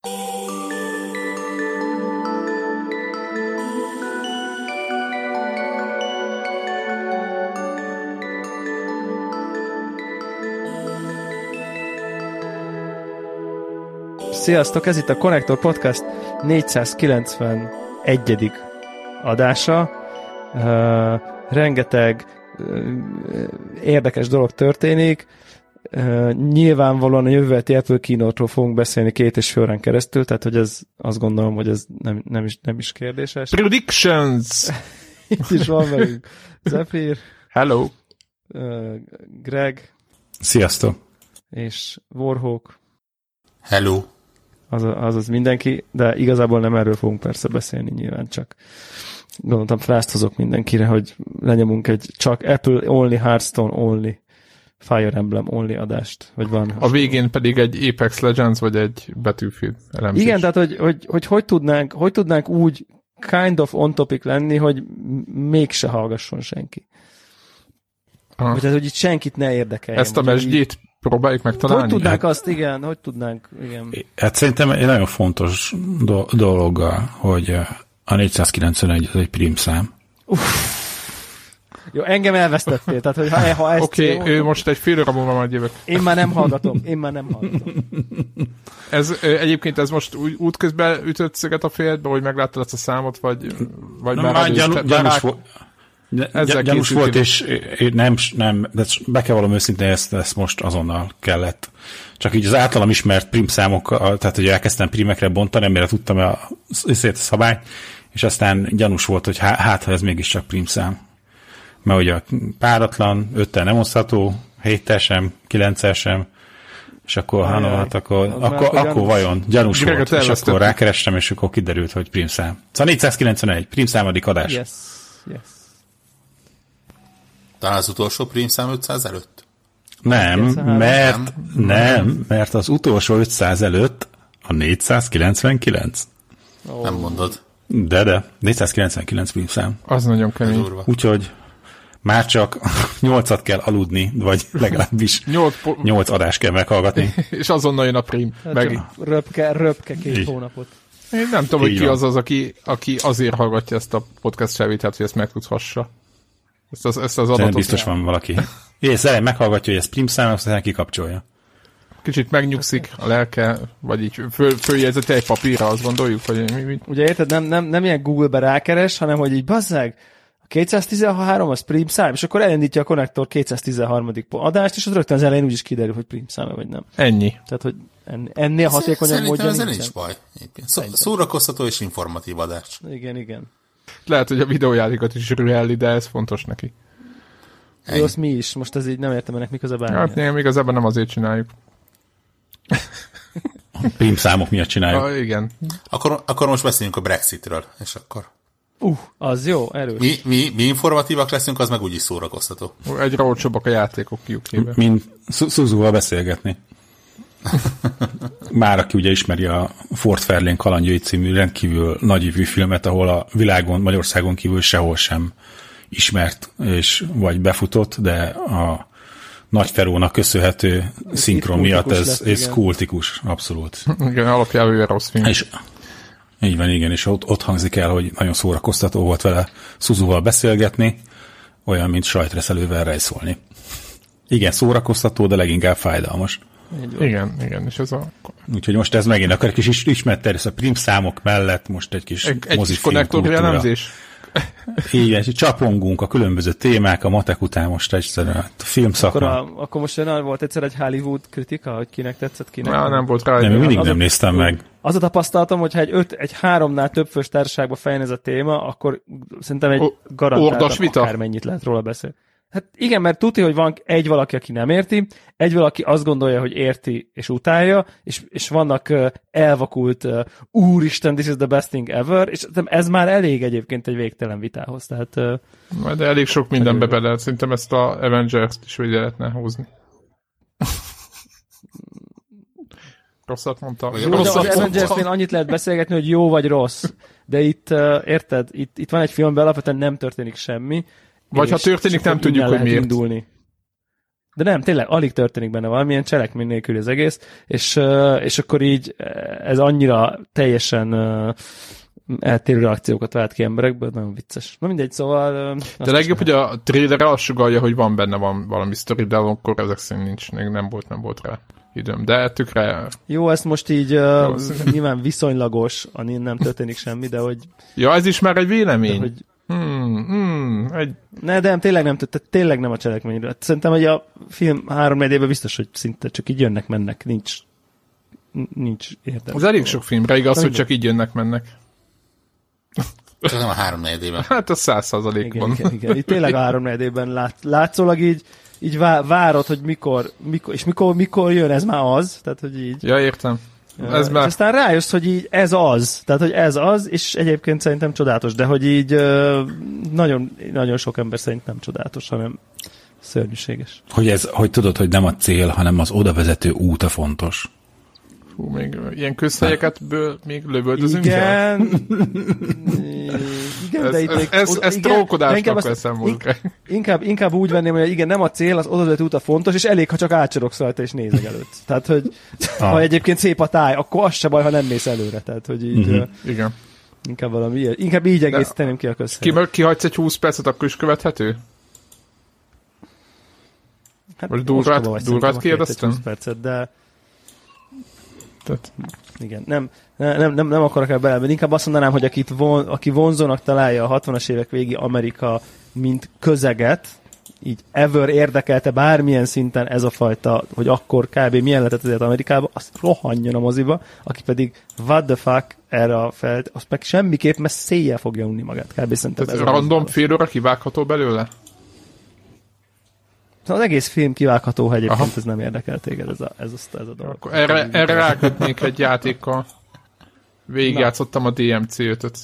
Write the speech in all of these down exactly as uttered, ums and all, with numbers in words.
Sziasztok, ez itt a Connector Podcast négyszázkilencvenegyedik adása. Uh, rengeteg uh, érdekes dolog történik. Uh, nyilvánvalóan a jövő heti Apple Keynote-ról fogunk beszélni két és fél órán keresztül, tehát hogy ez, azt gondolom, hogy ez nem, nem, is, nem is kérdéses. Predictions! Itt is van velünk Zephyr. Hello! Uh, Greg. Sziasztok! És Warhawk. Hello! Azaz az mindenki, de igazából nem erről fogunk persze beszélni, nyilván csak gondoltam, frászt hozok mindenkire, hogy lenyomunk egy csak Apple only, Hearthstone only, Fire Emblem only adást, vagy van. A végén pedig egy Apex Legends, vagy egy Battlefield elemzés. Igen, tehát hogy hogy, hogy, hogy, tudnánk, hogy tudnánk úgy kind of on topic lenni, hogy mégse hallgasson senki. Ah. Vagy tehát, hogy itt senkit ne érdekeljen. Ezt a mesdjét próbáljuk megtalálni. Hogy tudnánk hát, azt, igen, hogy tudnánk, igen. Hát szerintem egy nagyon fontos do- dologgal, hogy a négyszázkilencvenegy az egy prímszám. Uff. Jó, engem elvesztettél, tehát hogy ha, ha ezt... Oké, okay, ő most egy fél óra múlva majd jövök. Én már nem hallgatom, én már nem hallgatom. Ez, egyébként ez most úgy, útközben ütött szöget a fejedbe, hogy megláttad ezt a számot, vagy, vagy nem, már gyanú, gyanús volt. Gyanús volt, és nem, nem, de be kell valami őszintén, ezt, ezt most azonnal kellett. Csak így az általam ismert prim számokkal, tehát hogy elkezdtem primekre bontani, amire tudtam a, a szabályt, és aztán gyanús volt, hogy hát, ha ez mégiscsak prim szám. Mert ugye páratlan, öttel nem osztható, héttel sem, kilenccel sem, és akkor, ha hát akkor, akkor, akkor vajon gyanús volt, és akkor rákerestem, és akkor kiderült, hogy prim szám. Szóval négyszázkilencvenegy, prim számadik adás. Yes, yes. Talán az utolsó prímszám ötszáz előtt? Nem, mert, nem, mert az utolsó ötszáz előtt a négyszázkilencvenkilenc. Oh. Nem mondod. De, de, négyszázkilencvenkilenc prímszám. Az nagyon kemény. Úgyhogy már csak nyolcat kell aludni, vagy legalábbis nyolc adást kell meghallgatni. És azonnal jön a prim. Hát meg... Röpke, röpke két így. Hónapot. Én nem tudom, hogy ki az az, aki, aki azért hallgatja ezt a podcast sevítát, hogy ezt megtudhassa. Ezt az, ezt az adatot. Biztos van valaki. És elején meghallgatja, hogy ez prim szám, aztán kikapcsolja. Kicsit megnyugszik a lelke, vagy így föl, följegyzeti egy papírra, azt gondoljuk, hogy mi, mi. Ugye érted, nem, nem, nem ilyen Google-be rákeres, hanem hogy így bazzeg, a kétszáztizenhárom az prim szám, és akkor elindítja a konnektor kétszáztizenharmadik adást, és az rögtön az elején úgyis kiderül, hogy prim szám vagy nem. Ennyi. Tehát, hogy ennél hatékonyabb módja nincsen. Szerintem ez nincs baj. Szó, szórakoztató és informatív adás. Igen, igen. Lehet, hogy a videójátékot is rühelli, de ez fontos neki. Jó, azt mi is. Most ez így nem értem ennek miközben bármilyen. Hát nem, igazából nem azért csináljuk. Prim számok miatt csináljuk. Ah, igen. Akkor, akkor most beszéljünk a Brexitről, és akkor... Uh, az jó, erős. Mi, mi, mi informatívak leszünk, az meg úgyis szórakoztató. Egyre olcsóbbak a játékok kiukjébe. Mint Suzuval beszélgetni. Már aki ugye ismeri a Ford Fairlane kalandjai című rendkívül nagyívű filmet, ahol a világon, Magyarországon kívül sehol sem ismert és vagy befutott, de a Nagy Ferónak köszönhető szinkron miatt ez, lett, ez kultikus, abszolút. Igen, alapjában rossz film. És így van, igen, és ott, ott hangzik el, hogy nagyon szórakoztató volt vele Suzuval beszélgetni, olyan, mint sajtreszelővel rejszolni. Igen, szórakoztató, de leginkább fájdalmas. Igen, igen, és ez a... Úgyhogy most ez megint akar egy kis ismerterjesz a prim számok mellett, most egy kis egy, mozifilm egy kis konnektor elemzés. Igen, csapongunk a különböző témák, a matek után most egyszerűen a filmszakma. Akkor, a, akkor most olyan volt egyszer egy Hollywood kritika, hogy kinek tetszett, kinek nem. nem volt rá. Nem, még mindig az nem a, néztem meg. Az a tapasztalatom, hogyha egy, öt, egy háromnál több fős társaságba fejön ez a téma, akkor szerintem egy garantáltan akármennyit lehet róla beszélni. Hát igen, mert tudja, hogy van egy valaki, aki nem érti, egy valaki azt gondolja, hogy érti és utálja, és, és vannak uh, elvakult uh, úristen, this is the best thing ever, és ez már elég egyébként egy végtelen vitához. Tehát, uh, de elég sok mindenbe bele, szerintem ezt a Avengers-t is végig lehetne húzni. Rosszat mondtam. Jó, rosszat az Avengers-nél annyit lehet beszélgetni, hogy jó vagy rossz, de itt, uh, érted, itt, itt van egy filmben, alapvetően nem történik semmi, vagy ha történik, nem tudjuk, hogy miért. Indulni. De nem, tényleg alig történik benne valamilyen cselekmény nélkül az egész, és, és akkor így ez annyira teljesen eltérő reakciókat vált ki emberekből, nagyon vicces. Na mindegy, szóval... De legjobb, hogy a trailerre azt sugallja, hogy van benne van valami sztori, de akkor ezek szerint nincs, még nem volt, nem volt rá időm. De tükre... Jó, ezt most így Jó, uh, nyilván viszonylagos, anin nem történik semmi, de hogy... Ja, ez is már egy vélemény. Hogy... Hmm, hmm, egy... Ne, de nem, tényleg nem, tehát tényleg nem a cselekményről. Szerintem, hogy a film három-négy évben biztos, hogy szinte csak így jönnek, mennek, nincs nincs értelme. Az elég sok filmre igaz, hogy csak így jönnek, mennek. Csak nem a három-négy évben. Hát a száz százalékban. Igen, igen, igen. Itt tényleg a három-négy évben lát, látszólag így, így várod, hogy mikor, mikor, és mikor, mikor jön, ez már az, tehát, hogy így... Ja, értem. Ez és már... aztán rájössz, hogy így ez az, tehát, hogy ez az, és egyébként szerintem csodálatos, de hogy így nagyon, nagyon sok ember szerint nem csodálatos, hanem szörnyűséges. Hogy ez, hogy tudod, hogy nem a cél, hanem az odavezető út a fontos. Hú, még ilyen közhelyeket még lövöldözünk el? Igen. Igen, ez, de itt ez, ez, ez trókodásnak veszem inkább, inkább, inkább úgy venném, hogy igen, nem a cél, az odavezető út a fontos, és elég, ha csak átsorogsz rajta és nézeg előtt. Tehát, hogy ah. ha egyébként szép a táj, akkor az se baj, ha nem mész előre. Tehát, hogy így... Uh-huh. Igen. Inkább valami ilyen. Inkább így egészíteném ki a közhelyet. Ki, kihagysz egy húsz percet, akkor is követhető? Hát most durvát, durvát kérdeztem? húsz percet, de... Tehát. Igen, nem, nem, nem, nem akarok el bele, inkább azt mondanám, hogy akit von, aki vonzónak találja a hatvanas évek végi Amerika, mint közeget, így ever érdekelte bármilyen szinten ez a fajta, hogy akkor kb. Milyen lehetett azért Amerikában, azt rohanjon a moziba, aki pedig what the fuck erre a fel, azt meg semmiképp, mert széjjel fogja unni magát. Kb. Szerintem ez random fél óra kivágható belőle? Az egész film kivágható, ha egyébként Aha. ez nem érdekel téged, ez a, ez a, ez a dolog. Akkor erre, erre rákötnék egy játékkal. Végigjátszottam a dé em cé ötöt.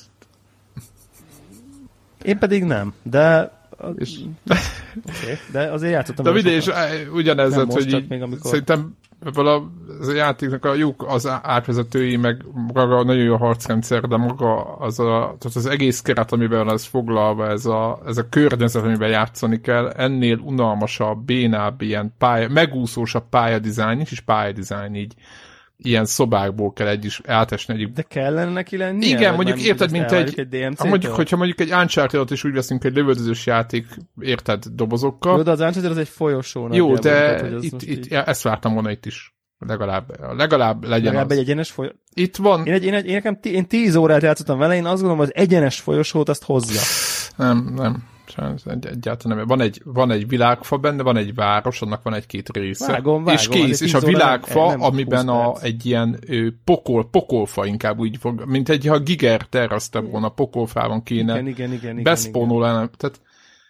Én pedig nem, de... És... okay, de azért játszottam. De mindegy, és ugyanez, hogy így, még amikor... szerintem ebből a, az a játéknak a jók az átvezetői, meg maga nagyon jó harcrendszer, de maga az, a, tehát az egész keret, amiben az foglalva, ez a, ez a környezet, amiben játszani kell, ennél unalmasabb, bénább, ilyen pálya, megúszósabb pályadizájn, nincs is pályadizájn így, ilyen szobákból kell egy is átesni egyik. De kellene neki lenni? Igen, mondjuk érted, mint egy, egy mondjuk, hogyha mondjuk egy Uncharted-ot is úgy veszünk, egy lövöldözős játék, érted, dobozokkal. Jó, de az Uncharted az egy folyosó. Jó, de mondtad, itt, itt, így... ezt vártam volna itt is. Legalább, legalább legyen legalább az. egy egyenes folyosó. Itt van. Én, egy, én, egy, én nekem t- én tíz órát játszottam vele, én azt gondolom, hogy az egyenes folyosót azt hozza. Nem, nem. Egy, egyáltalán nem. Van egy, van egy világfa benne, van egy város, annak van egy-két része. Vágom, vágom, és kész. És a világfa, nem, nem amiben a, egy ilyen ő, pokol, pokolfa inkább úgy fog, mint egy, ha Giger terrazte volna, pokolfában kéne igen, igen, igen, beszpónolni. Tehát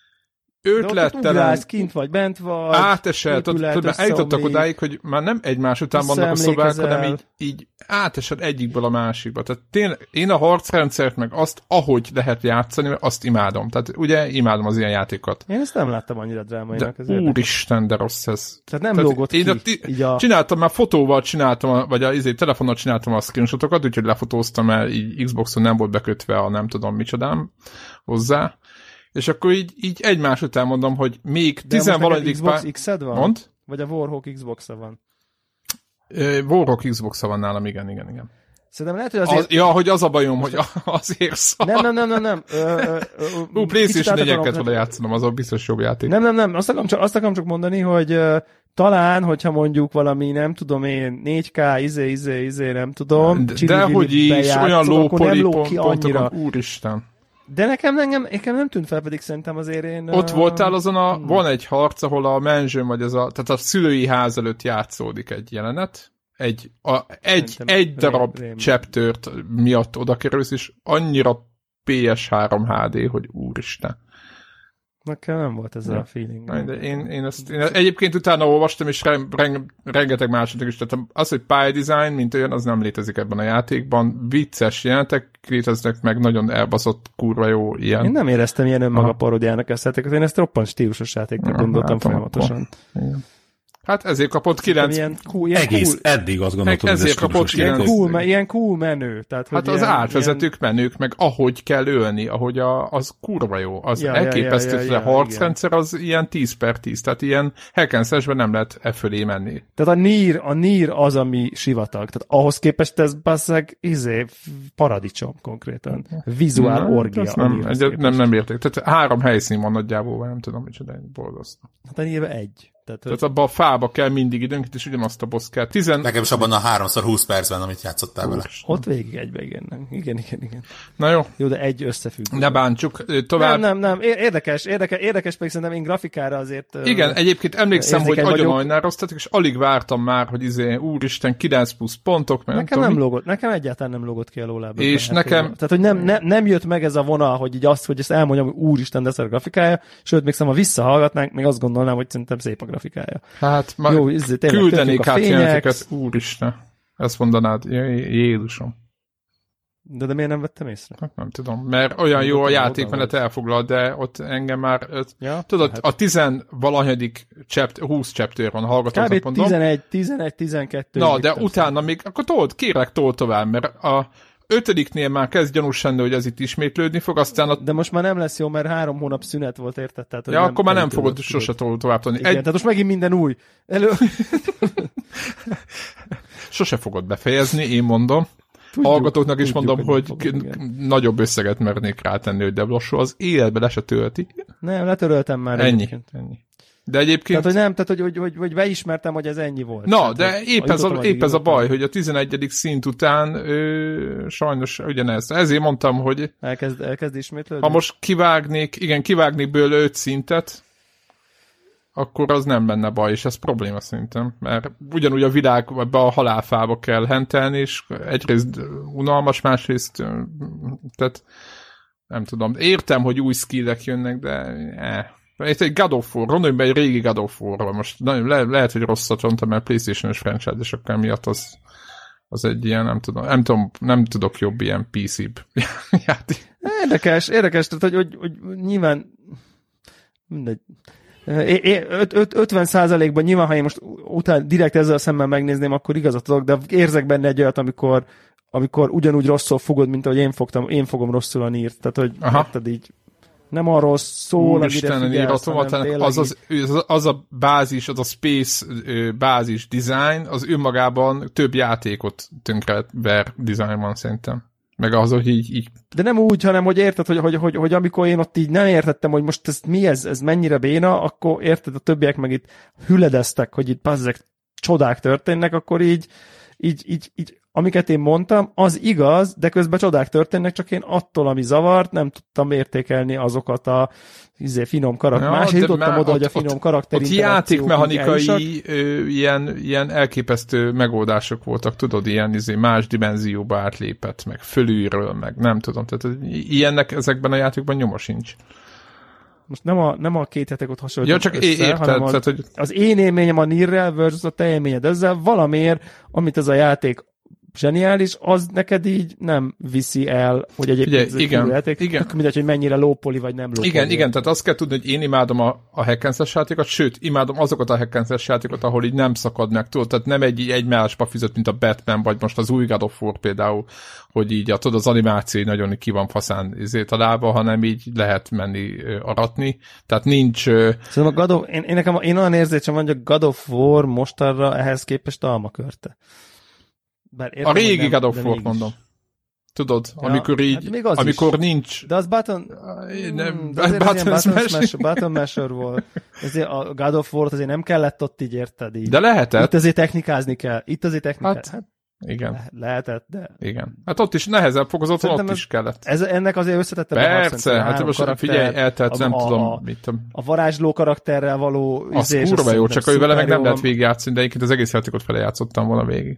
ötlettelen. Kint vagy, bent vagy. Átesett. Eljutottak odáig, hogy már nem egymás után vannak a szobák, hanem így, így átesett egyikből a másikba. Tehát tényleg, én a harcrendszert meg azt, ahogy lehet játszani, azt imádom. Tehát ugye imádom az ilyen játékokat. Én ezt nem láttam annyira drámainak. De úristen, de rossz ez. Tehát nem Tehát lógott ki. Én a, a... Csináltam már fotóval, csináltam, vagy a izé, telefonnal csináltam a screenshotokat, úgyhogy lefotóztam el, így Xboxon nem volt bekötve a nem tudom micsodám hozzá. És akkor így, így egymás után mondom, hogy még tizenvaladik Xbox pár... X-ed van? Mond? Vagy a Warhawk Xbox-a van? Uh, Warhawk Xbox-a van nálam, igen, igen, igen. Szerintem lehet, hogy azért... Az, ja, hogy az a bajom, hogy azért szar. Nem, nem, nem, nem, nem. Ú, PlayStation négyet vele játszanom, azon biztos jobb játék. Nem, nem, nem, azt akarom csak, azt akarom csak mondani, hogy uh, talán, hogyha mondjuk valami, nem tudom én, négy ká, izé, izé, izé, nem tudom. De, de hogy is, olyan lópoli pontokon, úristen. De nekem, nekem, nekem nem tűnt fel, pedig szerintem azért én... Ott uh, voltál azon a... Hmm. Van egy harc, ahol a mansion, vagy az a... Tehát a szülői ház előtt játszódik egy jelenet. Egy, a, egy, egy darab rém, chaptert miatt oda kerülsz, és annyira pé es három há dé, hogy úristen. Nekem nem volt ez ja. a feeling. De én, én, ezt, én egyébként utána olvastam, és reng, rengeteg másodnak is, tehát az, hogy pályadesign, mint olyan, az nem létezik ebben a játékban. Vicces jelentek léteznek, meg nagyon elbaszott, kurva jó ilyen. Én nem éreztem ilyen önmaga parodiának ezt a játékot, én ezt roppant stílusos játéknak gondoltam folyamatosan. Hát ezért kapott kilenc. Ilyen cool, ilyen Egész, cool, eddig azt gondoltam, hogy ezért kapott ilyen cool, ilyen cool menő. Tehát, hát hogy az ilyen, átvezetők ilyen... menők, meg ahogy kell ölni, ahogy a, az kurva jó. Az ja, elképesztő, ja, ja, ja, hogy a harcrendszer az ilyen tíz per tíz, tehát ilyen hack and slash-ben nem lehet e fölé menni. Tehát a nír, a nír az, ami sivatag. Tehát ahhoz képest ez basszeg, izé, paradicsom konkrétan. Vizuál Na, orgia. Nem, egy, nem, nem érték. Tehát három helyszín van nagyjából, nem tudom, micsoda, borzasztó. Hát a nírve egy. Tehát, Tehát abban a fába kell mindig időnként, és ugyanazt a boss kell. Tizen... Nekem is abban a háromszor húsz percben, amit játszottál vele. Ott végig egybe, igen, nem. Igen, igen, igen. Na jó. Jó, de egy összefügg. Ne bántsuk. Tovább... Nem, nem, nem. Érdekes, érdekes, érdekes, pedig szerintem én grafikára azért... Igen, egyébként emlékszem, hogy agyon ajnároztatok, és alig vártam már, hogy izé, úristen, kilenc plusz pontok, mert nekem nem, nem lógott, nekem egyáltalán nem lógott ki a lólábban. És nekem... Tehát, hogy nem, nem, nem jött meg ez a vonal, hogy így azt, hogy ezt elmondjam, hogy úristen, de ez a grafikája, sőt, még ha visszahallgatnánk, még azt gondolnám, hogy szerintem szép a grafikája. Hát már jó, izé, küldenék át jelenteket, úristen. Ezt mondanád, Jézusom. De, de miért nem vettem észre? Hát nem tudom, mert olyan nem jó a játékmenet elfoglal, de ott engem már, ja, tudod, hát. A tizenvalahanyadik chapter, húsz chapter van, hallgatóknak mondom. tizenegy, tizenegy, tizenkettő. Na, de utána még, akkor told, kérlek tol tovább, mert a ötödiknél már kezd gyanús lenni, hogy ez itt ismétlődni fog, aztán a... De most már nem lesz jó, mert három hónap szünet volt, érted? Tehát, ja, akkor már nem fogod sose tovább tenni. Igen, Egy... tehát most megint minden új. Elő... Sose fogod befejezni, én mondom. Tudjuk, hallgatóknak is tudjuk, mondom, hogy, hogy fogom, nagyobb összeget mernék rátenni, hogy Deblossó az életbe le se tölti. Nem, letöröltem már. Ennyi. ennyi. De egyébként... Tehát, hogy nem, tehát, hogy, hogy, hogy, hogy beismertem, hogy ez ennyi volt. Na, tehát, de épp ez a, épp ez a baj, hogy a tizenegyedik szint után ö, sajnos ugyanez. Ezért mondtam, hogy... Elkezd, elkezd ismétlődni? Ha most kivágnék, igen, kivágnék bőle öt szintet, akkor az nem lenne baj, és ez probléma szerintem. Mert ugyanúgy a világba a halálfába kell hentelni, és egyrészt unalmas, másrészt tehát nem tudom. Értem, hogy új skillek jönnek, de eh. Itt egy God of War, gondolj be egy régi God of War-ról. Most le, lehet, hogy rosszat mondtam, mert PlayStation-os franchise, és akkor miatt az, az egy ilyen, nem tudom, nem tudom, nem tudok jobb ilyen pé cé-b játék. Érdekes, érdekes, tehát, hogy, hogy, hogy nyilván mindegy. ötven százalékban nyilván, ha én most utána direkt ezzel szemben megnézném, akkor igazat adok, de érzek benne egy olyat, amikor, amikor ugyanúgy rosszul fogod, mint ahogy én fogtam, én fogom rosszul a nírt. Tehát, hogy érted így. Nem arról szól, amire figyelsz, hanem az, az, az, az a bázis, az a space bázis design, az önmagában több játékot tönkre ver designban szerintem. Meg az, hogy így, így... De nem úgy, hanem hogy érted, hogy, hogy, hogy, hogy amikor én ott így nem értettem, hogy most ez mi ez, ez mennyire béna, akkor érted, a többiek meg itt hüledeztek, hogy itt bazzek csodák történnek, akkor így, így, így, így amiket én mondtam, az igaz, de közben csodák történnek, csak én attól, ami zavart, nem tudtam értékelni azokat a izé, finom karakter. Ja, Máshogy jutottam oda, ott, hogy a finom karakter ott játékmechanikai ö, ilyen, ilyen elképesztő megoldások voltak, tudod, ilyen izé, más dimenzióba átlépett, meg fölülről, meg nem tudom. Tehát ilyennek ezekben a játékban nyoma sincs. Most nem a, nem a két játékot hasonlítom ja, csak össze, érted, hanem az, tehát, hogy... az én élményem a Nirrel versus a te élményed ezzel, valamiért, amit ez a játék zseniális, az neked így nem viszi el, hogy egyébként ez egy igen, játék, igen. Tök mindegy, hogy mennyire lópoli vagy nem lópoli. Igen, igen, tehát azt kell tudni, hogy én imádom a, a hack and slash játékot, sőt, imádom azokat a hack and slash játékot, ahol így nem szakad meg, tudod, tehát nem egy egymásba fizet, mint a Batman, vagy most az új God of War például, hogy így a, tudod, az animáció nagyon ki van faszán izét a lába, hanem így lehet menni ö, aratni, tehát nincs... Ö... Szerintem a God of, én, én, nekem, én olyan érzésem van, hogy a God of War mostanra ehhez képest almakörte. Értem, a régi God of War mondom. Tudod, ja, amikor így, hát amikor is. Nincs... De az button... Nem, de azért button, smash. button masher volt. Ezért a God of War-t azért nem kellett ott így, érted így. De lehetett. Itt azért technikázni kell. Itt azért technikázni. Hát, hát, igen. Le- lehetett, de... Igen. Hát ott is nehezebb fokozottan, ott is kellett. Ez, ennek azért összetettem. Persze, hát most karakter, figyelj, eltelt, nem a, tudom, a, mit tudom. A varázsló karakterrel való... Az kurva jó, csak hogy vele meg nem lehet végigjátszani, de egyébként az egész játékot fele játszottam volna végig.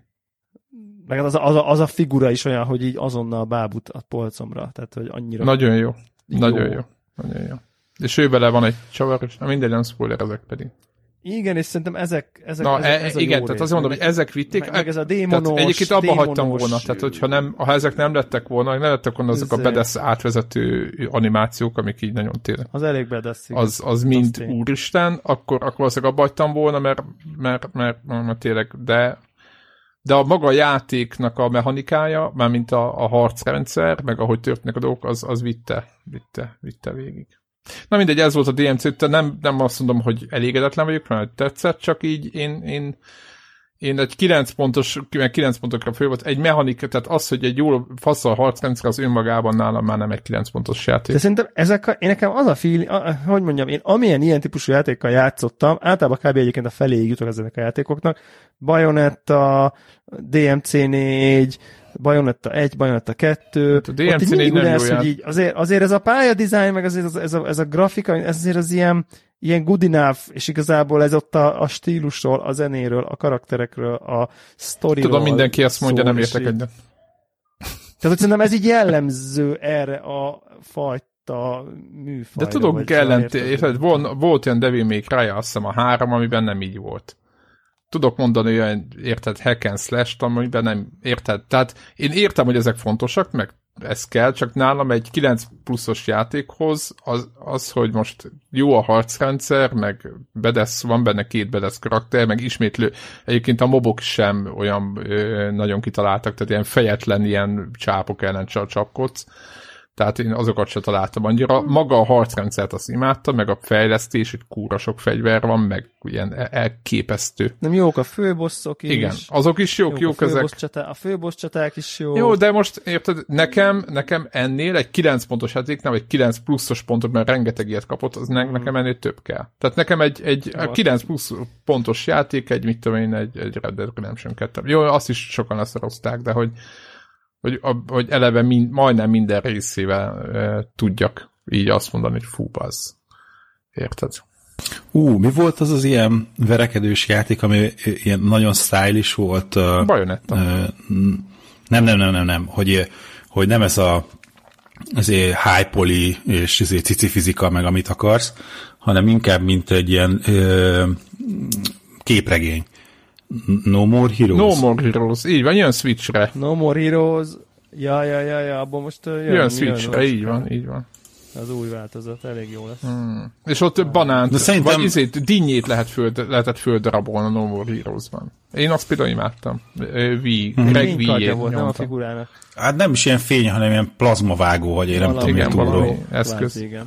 Meg az a, az, a, az a figura is olyan, hogy így azonnal bábut a polcomra, tehát hogy annyira... Nagyon jó. jó. Nagyon jó. Nagyon jó. És ő bele van egy csavar, és minden nem spoiler ezek pedig. Igen, és szerintem ezek, ezek, Na, ezek e, ez a igen, jó tehát rész. azt mondom, meg, hogy ezek vitték. Meg, meg ez a démonos, egyébként abba démonos, hagytam volna, tehát hogyha nem, ha ezek nem lettek volna, nem lettek volna azok a bedesz átvezető animációk, amik így nagyon tényleg. Az elég bedesz. Az, az mind az úristen, akkor, akkor azok abba hagytam volna, mert, mert, mert, mert, mert tényleg, de de a maga a játéknak a mechanikája, mármint a, a harcrendszer, meg ahogy történnek a dolgok, az, az vitte, vitte, vitte végig. Na mindegy, ez volt a dé em cé, nem, nem azt mondom, hogy elégedetlen vagyok, mert tetszett, csak így én, én, én egy kilenc pontos, kilenc pontokra föl volt, egy mechanika, tehát az, hogy egy jó faszal harcrendszer az önmagában nálam már nem egy kilenc pontos játék. De szerintem ezek a, én nekem az a feeling, a, hogy mondjam, én amilyen ilyen típusú játékkal játszottam, általában kb. Egyébként a feléig jutok ezek a játékoknak, Bayonetta, dé em cé négy, Bayonetta egy, Bayonetta kettő, hát a dé em cé négy nem lesz, hogy így azért, azért ez a pályadizájn, meg azért ez, ez, a, ez a grafika, ez azért az ilyen, ilyen good enough, és igazából ez ott a, a stílusról, a zenéről, a karakterekről, a sztoriról. Tudom, mindenki ezt mondja, nem értek egyet. Tehát, hogy szerintem ez így jellemző erre a fajta műfajra. De tudok ellent, volt, volt olyan Devil May Cry, azt hiszem a három, amiben nem így volt. Tudok mondani olyan, érted, hack and slash-t, amiben nem érted. Tehát én értem, hogy ezek fontosak, meg ez kell, csak nálam egy kilenc pluszos játékhoz az, az, hogy most jó a harcrendszer, meg bedesz, van benne két bedesz karakter, meg ismétlő, egyébként a mobok sem olyan ö, nagyon kitaláltak, tehát ilyen fejetlen ilyen csápok ellen csapkodsz. Tehát én azokat se találtam annyira. Maga a harcrendszert azt imádtam, meg a fejlesztés, egy kúra sok fegyver van, meg ilyen elképesztő. Nem jók a főbosszok is. Igen, azok is jók, jók, jók a ezek. Csatá, a főbossz csaták is jók. Jó, de most érted, nekem, nekem ennél egy kilenc pontos játéknál, vagy kilenc pluszos pontot, mert rengeteg ilyet kapott, az ne, nekem ennél több kell. Tehát nekem egy, egy kilenc plusz pontos játék, egy mit tudom én, egy, egy Red Dead Redemption kettő. Jó, azt is sokan leszarozták, de hogy Hogy, hogy eleve mind, majdnem minden részével e, tudjak így azt mondani, hogy fú, az. Érted? Ú, mi volt az az ilyen verekedős játék, ami ilyen nagyon stylish volt? Uh, Bayonetta. Uh, nem, nem, nem, nem, nem. Hogy, hogy nem ez a azért high poly és azért cici fizika, meg amit akarsz, hanem inkább mint egy ilyen uh, képregény. No More Heroes. No More Heroes, így van, jön Switchre. No More Heroes, ja, ja, ja, ja, abban most jön. Jön Switchre, jön, így van, így van. Az új változat, elég jó lesz. Hmm. És ott banánt, de szerintem... vagy izét, dinnyét lehet föld, lehetett földrabolni a No More Heroes-ban. Én azt például imádtam. Wii, hmm. Greg Wii-jét volt, nem a figurának. Hát nem is ilyen fény, hanem ilyen plazmavágó, hogy én nem tudom, igen, valami eszköz. Igen.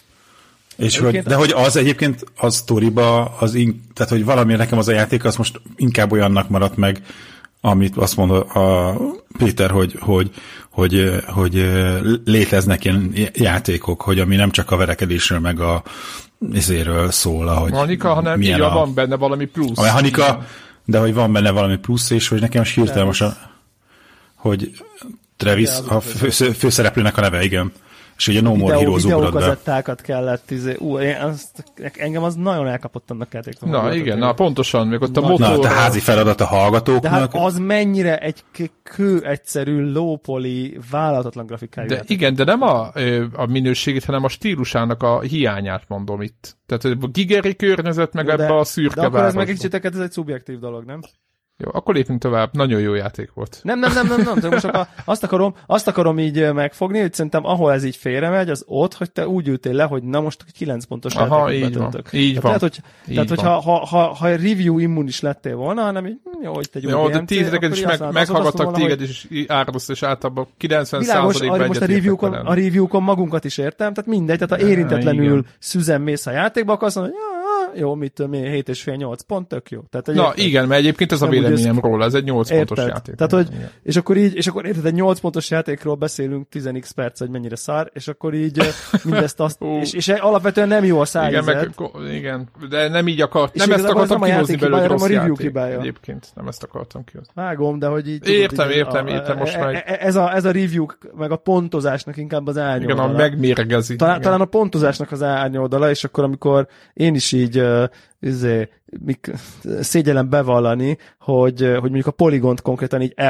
És hogy, de hogy az egyébként a sztoriba, az in, tehát hogy valami nekem az a játék, az most inkább olyannak maradt meg, amit azt mondta a Péter, hogy, hogy, hogy, hogy léteznek ilyen játékok, hogy ami nem csak a verekedésről, meg a izéről szól, ahogy Hanika, hanem így a, van benne valami plusz. A Hanika, de hogy van benne valami plusz, és hogy nekem is hirtelen most a, hogy Travis, a fő, főszereplőnek a neve, igen. És ugye No More Heroes ugrott be. Videókazettákat kellett, izé, ú, azt, engem az nagyon elkapott annak játéknak. Na igen, na pontosan, még ott a motor... Na, a házi feladat a hallgatóknak. De hát az mennyire egy kő egyszerű, low-poly, vállalatatlan grafikájú de játék. igen, de nem a, a minőségét, hanem a stílusának a hiányát mondom itt. Tehát a gigeri környezet, meg ebbe a szürke de akkor ez meg egy kicsit, ez egy szubjektív dolog, nem? Jó, akkor lépünk tovább. Nagyon jó játék volt. Nem, nem, nem, nem, nem. nem. Most akkor azt akarom, azt akarom így megfogni, hogy szerintem ahol ez így félremegy, az ott, hogy te úgy ültél le, hogy na most kilenc pontos Aha, játékot betöltök. Van, így tehát, van. Tehát, hogy, tehát, hogyha ha, ha, ha review immunis lettél volna, hanem így, jó, hogy te egy jó, de tízeket is meg, meghallgattak téged, és áradoszt, és általában kilencven százalékban most a review-kon, a review-kon magunkat is értem, tehát mindegy, tehát ha érintetlenül szüzen mész a játékba, akkor azt mondod, hogy jó, mit tudom én, hét és fél nyolc pont, tök jó. Tehát na érted, igen, mert egyébként ez a véleményem ezt... róla, ez egy nyolc pontos érted? játék. Tehát, hogy, és akkor így, és akkor érted, egy nyolc pontos játékról beszélünk tíz x perc, hogy mennyire szar, és akkor így mindezt azt, és, és alapvetően nem jó a szájizet. Igen, meg, igen, de nem így akart, nem ezt akartam kihozni belőle, rossz játék. Hibája. Egyébként nem ezt akartam kihozni. Vágom, de hogy így... Értem, így, értem, a, értem, most már... Ez a, ez a review, meg a pontozásnak inkább az árnyoldala. Igen, a megmérgezi. Talán, talán a pontozásnak az árnyoldala, és akkor amikor én is így Izé, mik, szégyellem bevallani, hogy, hogy mondjuk a poligont konkrétan így el,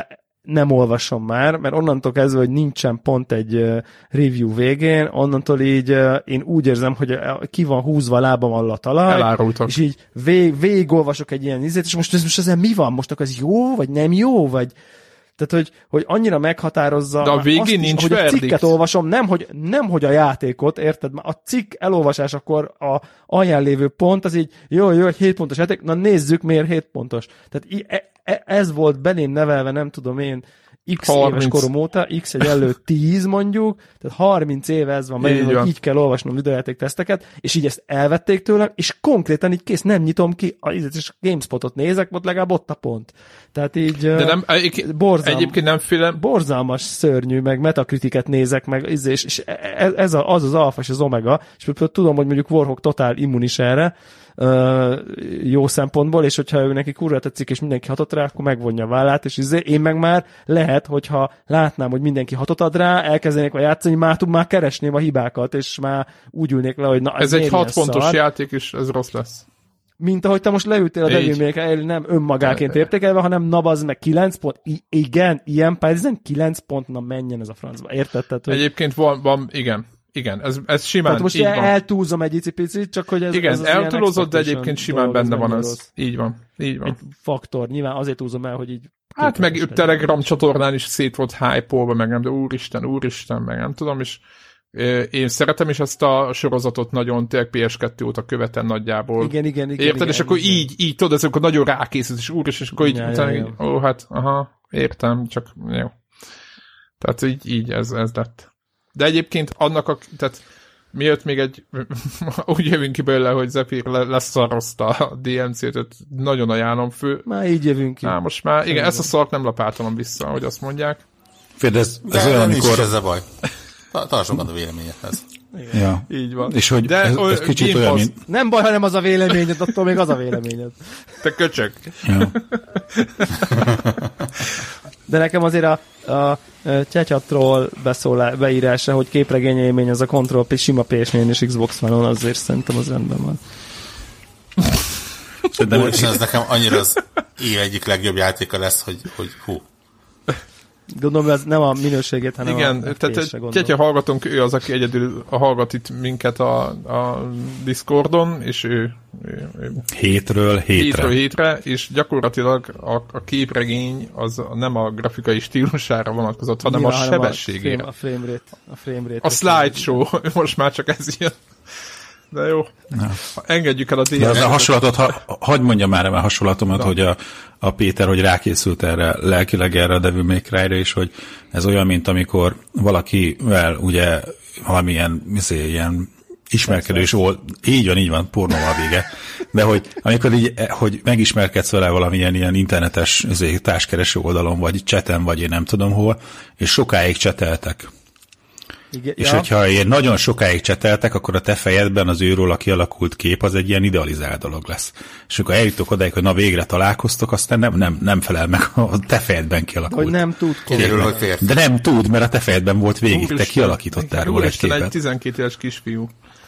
nem olvasom már, mert onnantól kezdve, hogy nincsen pont egy uh, review végén, onnantól így uh, én úgy érzem, hogy uh, ki van húzva a lábam alól a talaj, elárultak. És így vég, végigolvasok egy ilyen izét, és most, most ezen mi van? Most akkor ez jó, vagy nem jó, vagy tehát, hogy, hogy annyira meghatározza. De a végén azt nincs is, hogy verdikt. A cikket olvasom, nem hogy, nem, hogy a játékot, érted? A cikk elolvasásakor a alján lévő pont, az így, jó, jó, egy hét pontos játék, na nézzük, miért hét pontos. Tehát ez volt belém nevelve, nem tudom én, X harminc éves korom óta, X egy elő tíz mondjuk, tehát harminc éve ez van, megint, hogy így kell olvasnom videójáték teszteket, és így ezt elvették tőlem, és konkrétan így kész, nem nyitom ki, és a GameSpotot nézek, ott legalább ott a pont. Tehát így de nem, egyébként, borzalm, egyébként nem félem. Borzalmas, szörnyű, meg Metacritiket nézek, meg és, és ez a, az az alfa és az omega, és tudom, hogy mondjuk Warhawk totál immunis erre, Uh, jó szempontból, és hogyha ő neki kurva tetszik, és mindenki hatott rá, akkor megvonja a vállát, és izé, én meg már lehet, hogyha látnám, hogy mindenki hatott ad rá, elkezdenék a játszani, már, már keresném a hibákat, és már úgy ülnék le, hogy na, ez, ez egy hat pontos szar. Játék, és ez rossz lesz. Mint ahogy te most leültél a Devil May Cry, nem önmagáként értékelve, hanem na bazd meg kilenc pont, I- igen, ilyen pályázen kilenc pont, na menjen ez a francba, érted? Tehát, hogy... Egyébként van, van, igen. Igen, ez, ez simán tehát most így van. eltúlzom egy icipicit, csak hogy ez, igen, ez az eltúlozott, de egyébként simán benne van ez. Rossz. Így van, így van. Egy faktor, nyilván azért túlzom el, hogy így... Hát meg legyen. Telegram csatornán is szét volt hype-olva, meg nem, de úristen, úristen, meg nem tudom, és én szeretem is ezt a sorozatot nagyon, tényleg pé es kettő óta követem nagyjából. Igen, igen, igen. Érted? Igen, és akkor igen. így, így, tudod, ez akkor nagyon rákészült, és úristen, és akkor így, ja, utána ja, így, ja. ó, hát, aha, értem, csak jó. Tehát így, így ez, ez lett. De egyébként annak a, tehát miért még egy, úgy jövünk ki belőle, hogy Zephyr leszarozta a dé em cét, tehát nagyon ajánlom fő. Már így jövünk ki. Á, most már, igen, ezt a szart nem lapáltalom vissza, ahogy azt mondják. Fél, ez, ez olyan, amikor... ez a baj. Tartsunk a véleményedhez. Ja. Így van. És hogy De ez, ez kicsit olyan, mint... Nem baj, hanem az a véleményed, attól még az a véleményed. Te köcsög. Ja. De nekem azért a, a Csecsatról beszól, beírása, hogy képregényélmény az a Control P, sima pé es négy és Xbox One-on, azért szerintem az rendben van. De most ez nekem annyira az év egyik legjobb játéka lesz, hogy, hogy hú. Gondolom, ez nem a minőségét, hanem igen, a tehát Tyetya hallgatónk, ő az, aki egyedül hallgat itt minket a, a Discordon, és ő, ő, ő hétről hétre. hétről hétre, és gyakorlatilag a, a képregény az nem a grafikai stílusára vonatkozott, hanem ja, a sebességére. A frame rate. A, frame rate a slideshow, most már csak ez jön. De jó. Na. Engedjük el a dé em cét. De a hasonlatot, ha, hagyd mondjam már a hasonlatomat, Na. hogy a, a Péter, hogy rákészült erre lelkileg erre a Devil May Cry-ra, és hogy ez olyan, mint amikor valakivel ugye valamilyen izé, ilyen ismerkedős old, így van, így van, pornóval vége, de hogy amikor így, hogy megismerkedsz vele valamilyen ilyen internetes izé, társkereső oldalon, vagy chaten, vagy én nem tudom hol, és sokáig cseteltek. Igen, és ja. hogyha ilyen nagyon sokáig cseteltek, akkor a te fejedben az őről kialakult kép az egy ilyen idealizált dolog lesz. És akkor eljutok odáig, hogy na végre találkoztok, aztán nem, nem, nem felel meg a te fejedben kialakult. Hogy nem tud. Kiderül, de nem tud, mert a te fejedben volt végig, Úr te kialakítottál róla egy képet. egy tizenkét éves kisfiú.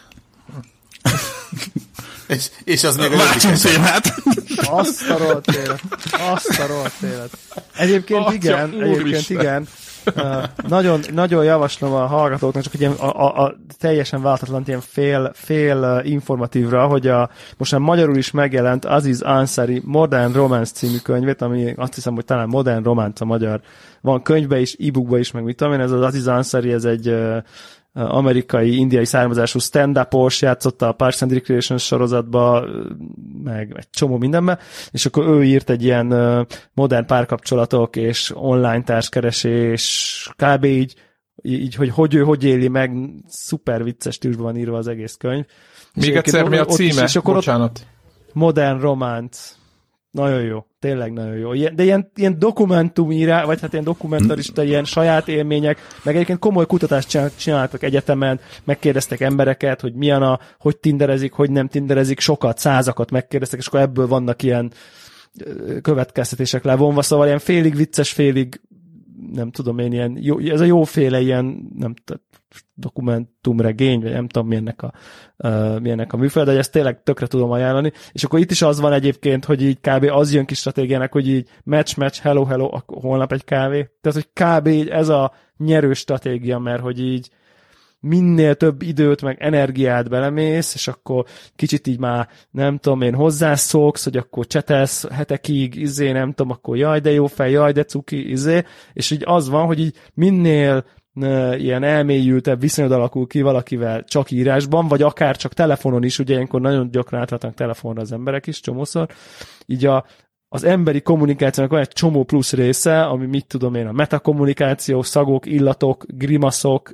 és, és az még a Váltsunk témát! Azt a rohadt élet. Azt a rohadt élet. Egyébként Atya, igen, egyébként igen. Uh, nagyon, nagyon javaslom a hallgatóknak, csak ilyen a, a, a teljesen váltatlan ilyen fél, fél uh, informatívra, hogy a, most már magyarul is megjelent Aziz Ansari Modern Romance című könyvét, ami azt hiszem, hogy talán Modern Romance a magyar. Van könyvbe is, e-bookba is, meg mit tudom én, ez az Aziz Ansari, ez egy uh, amerikai, indiai származású stand-upos, játszotta a Parks and Recreation sorozatba, meg egy csomó mindenbe, és akkor ő írt egy ilyen uh, modern párkapcsolatok és online társkeresés, kb. így, így hogy, hogy ő hogy éli meg, szuper vicces stílusban van írva az egész könyv. Még egyszer mi a címe? Is, Bocsánat. Modern Romance. Nagyon jó, tényleg nagyon jó. Ilyen, de ilyen, ilyen dokumentumírá, vagy hát ilyen dokumentarista, ilyen saját élmények, meg egyébként komoly kutatást csináltak egyetemen, megkérdeztek embereket, hogy milyen a, hogy tinderezik, hogy nem tinderezik, sokat, százakat megkérdeztek, és akkor ebből vannak ilyen következtetések levonva, szóval ilyen félig vicces, félig nem tudom én, ilyen, jó, ez a jóféle ilyen, nem dokumentumregény, vagy nem tudom milyennek a, uh, milyennek a műfaj, de ezt tényleg tökre tudom ajánlani. És akkor itt is az van egyébként, hogy így kb. Az jön ki stratégiának, hogy így match, match, hello, hello, akkor holnap egy kávé. Tehát, hogy kb. Így ez a nyerő stratégia, mert hogy így minél több időt, meg energiát belemész, és akkor kicsit így már, nem tudom én, hozzászoksz, hogy akkor csetelsz hetekig, izé, nem tudom, akkor jaj, de jó fej, jaj, de cuki, izé, és így az van, hogy így minél ne, ilyen elmélyültebb viszonyod alakul ki valakivel csak írásban, vagy akár csak telefonon is, ugye ilyenkor nagyon gyakran átváltanak telefonra az emberek is, csomószor, így a az emberi kommunikációnak van egy csomó plusz része, ami mit tudom én, a metakommunikáció, szagok, illatok, grimaszok,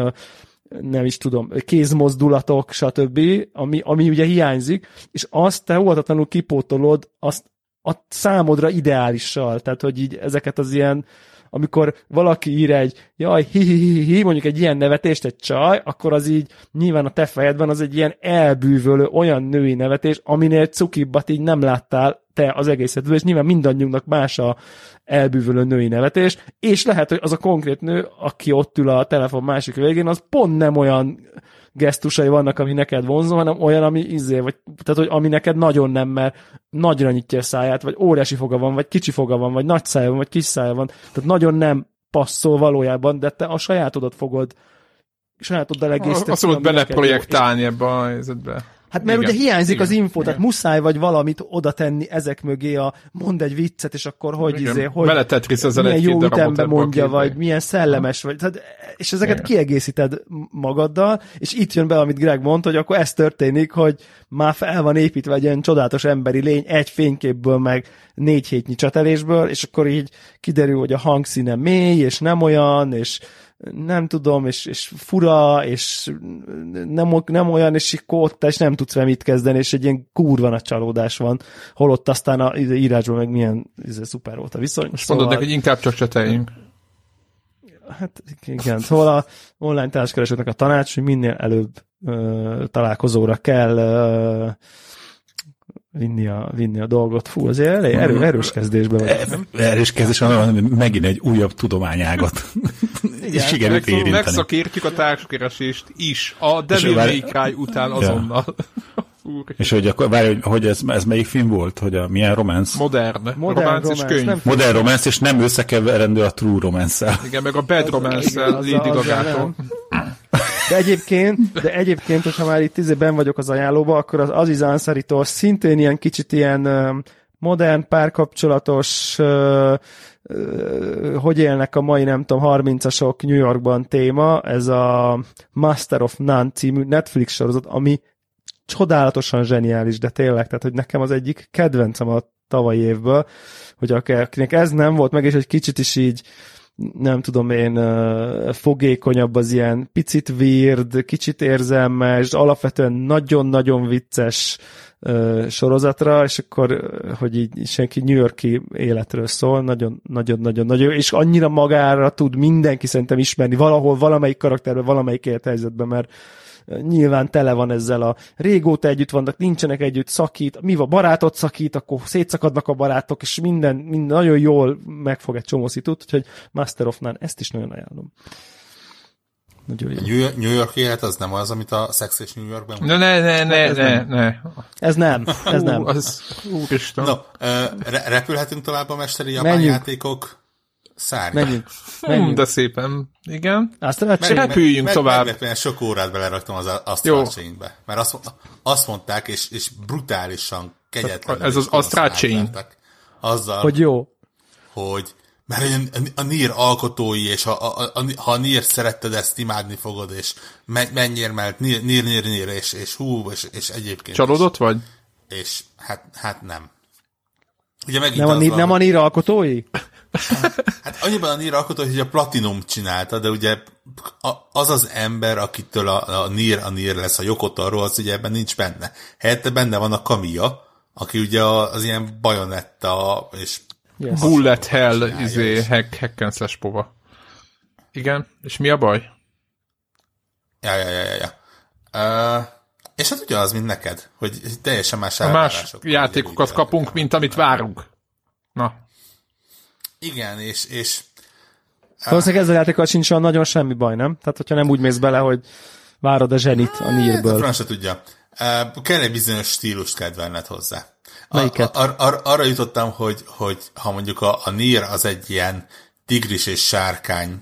nem is tudom, kézmozdulatok, stb., ami, ami ugye hiányzik, és azt te óvatatlanul kipótolod azt a számodra ideálissal, tehát hogy így ezeket az ilyen, amikor valaki ír egy jaj, hi, hi, hi, hi, mondjuk egy ilyen nevetést, egy csaj, akkor az így nyilván a te fejedben az egy ilyen elbűvölő, olyan női nevetés, aminél cukibbat így nem láttál te az egészet, és nyilván mindannyiunknak más a elbűvölő női nevetés, és lehet, hogy az a konkrét nő, aki ott ül a telefon másik végén, az pont nem olyan gesztusai vannak, ami neked vonzó, hanem olyan, ami izé, vagy, tehát, hogy ami neked nagyon nem, mert nagyra nyitja a száját, vagy óriási foga van, vagy kicsi foga van, vagy nagy szája van, vagy kis szája van, tehát nagyon nem passzol valójában, de te a sajátodat fogod, sajátoddal egészíteni. Azt fogod beleprojektálni ebbe a helyzetbe. Hát mert igen, ugye hiányzik igen, az info, igen. Tehát muszáj vagy valamit oda tenni ezek mögé, a mond egy viccet, és akkor hogy igen, izé, hogy milyen jó ütembe mondja, vagy milyen szellemes vagy. Tehát, és ezeket igen. kiegészíted magaddal, és itt jön be, amit Greg mondta, hogy akkor ez történik, hogy már fel van építve egy ilyen csodálatos emberi lény, egy fényképből, meg négy hétnyi csatelésből, és akkor így kiderül, hogy a hangszíne mély, és nem olyan, és nem tudom, és, és fura, és nem, nem olyan, és sikótta, és nem tudsz vele mit kezdeni, és egy ilyen kurva nagy csalódás van, holott aztán a írásban meg milyen szuper volt a viszony. Most szóval... mondod neki, hogy inkább csak cseteljünk. Hát igen, szóval a online társkeresőknek a tanács, hogy minél előbb ö, találkozóra kell ö, vinni a, vinni a dolgot. Fú, azért elég erő, erős kezdésben vagy. Erős kezdés van, megint egy újabb tudományágat. És sikerült érinteni. Megszakértjük a társkeresést is. A Devil May Cry után azonnal. És hogy akkor várj, hogy, hogy ez, ez melyik film volt? Hogy a milyen romance? Modern. Modern romance és könyv. Modern romance, és nem összekeverendő a true romance-szel. Igen, meg a bad romance-szel Lady Gaga-tól. De egyébként, de egyébként, hogyha már itt izében vagyok az ajánlóba, akkor az Aziz Ansari-tól szintén ilyen kicsit ilyen uh, modern, párkapcsolatos, uh, uh, hogy élnek a mai, nem tudom, harmincasok New Yorkban téma, ez a Master of None című Netflix sorozat, ami csodálatosan zseniális, de tényleg, tehát hogy nekem az egyik kedvencem a tavalyi évből, hogy akinek ez nem volt meg, és egy kicsit is így nem tudom én, fogékonyabb az ilyen picit weird, kicsit érzelmes, alapvetően nagyon-nagyon vicces sorozatra, és akkor, hogy így senki New York-i életről szól, nagyon-nagyon-nagyon, és annyira magára tud mindenki szerintem ismerni valahol, valamelyik karakterben, valamelyik élethelyzetben, mert nyilván tele van ezzel a régóta együtt vannak, nincsenek együtt, szakít, mi van, barátot szakít, akkor szétszakadnak a barátok, és minden, minden nagyon jól megfog egy csomó szitut, úgyhogy Master of None, ezt is nagyon ajánlom. Nagyon jó. New York élet az nem az, amit a Sex és New Yorkban... No, ne, ne, ne, ne, ne. Ez nem, ez nem. Hú, az, úristen. No, re- repülhetünk tovább a mesteri japán játékok szárnya. Menjünk. Menjünk. Hú, de szépen. Igen. Azt meg, repüljünk meg, tovább. Meglepően sok órát beleraktam az Astral Chain-be. Mert azt, azt mondták, és, és brutálisan kegyetlenül. Ez az Astral Chain. Azzal, hogy jó. Hogy mert a Nier alkotói, és ha a, a, ha a Nier szeretted, ezt imádni fogod, és mennyire mellett Nier, Nier, Nier, Nier, és, és hú, és, és egyébként... Csalódott is, vagy? És hát, hát nem. Ugye megint nem, a Nier, van, nem a Nier alkotói? Hát annyiban a Nier alkotói, hogy a Platinum csinálta, de ugye az az ember, akitől a, a Nier a Nier lesz, a Yoko Taro, az ugye ebben nincs benne. Helyette benne van a Kamiya, aki ugye az ilyen Bayonetta és yes. Bullet Hell izé, hack, hack and slash pova. Igen, és mi a baj? Ja, ja, ja, ja. ja. Uh, és hát ugyanaz, mint neked, hogy teljesen más elvárások. Más játékokat kapunk, mint amit várunk. Na. Igen, és, és Valószínűleg ezzel játékkal sincs olyan nagyon semmi baj, nem? Tehát, hogyha nem úgy mész bele, hogy várod a zsenit a Nierből. Hát, se tudja. Uh, kell egy bizonyos stílust kedvelned hozzá. Melyiket? Ar- ar- arra jutottam, hogy, hogy ha mondjuk a, a Nier az egy ilyen tigris és sárkány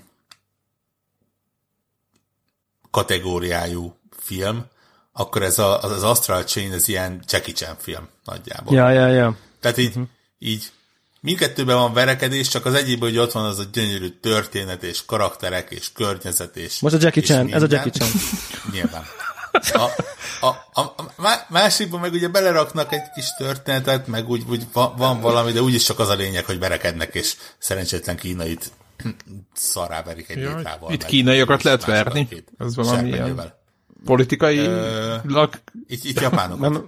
kategóriájú film, akkor ez a, az, az Astral Chain, ez ilyen Jackie Chan film nagyjából. Ja, ja, ja. Tehát így, uh-huh. így mindkettőben van verekedés, csak az egyikben, hogy ott van az a gyönyörű történet, és karakterek, és környezet, és most a Jackie Chan, ez a Jackie Chan. Nyilván. A, a, a, a másikban meg ugye beleraknak egy kis történetet, meg úgy, úgy van, van valami, de úgyis csak az a lényeg, hogy verekednek, és szerencsétlen kínait szarrá verik egy ja, létrával. Itt kínaiakat lehet verni? Ez valami ilyen politikai... Ö, lak... Itt, itt japánokat. Nem.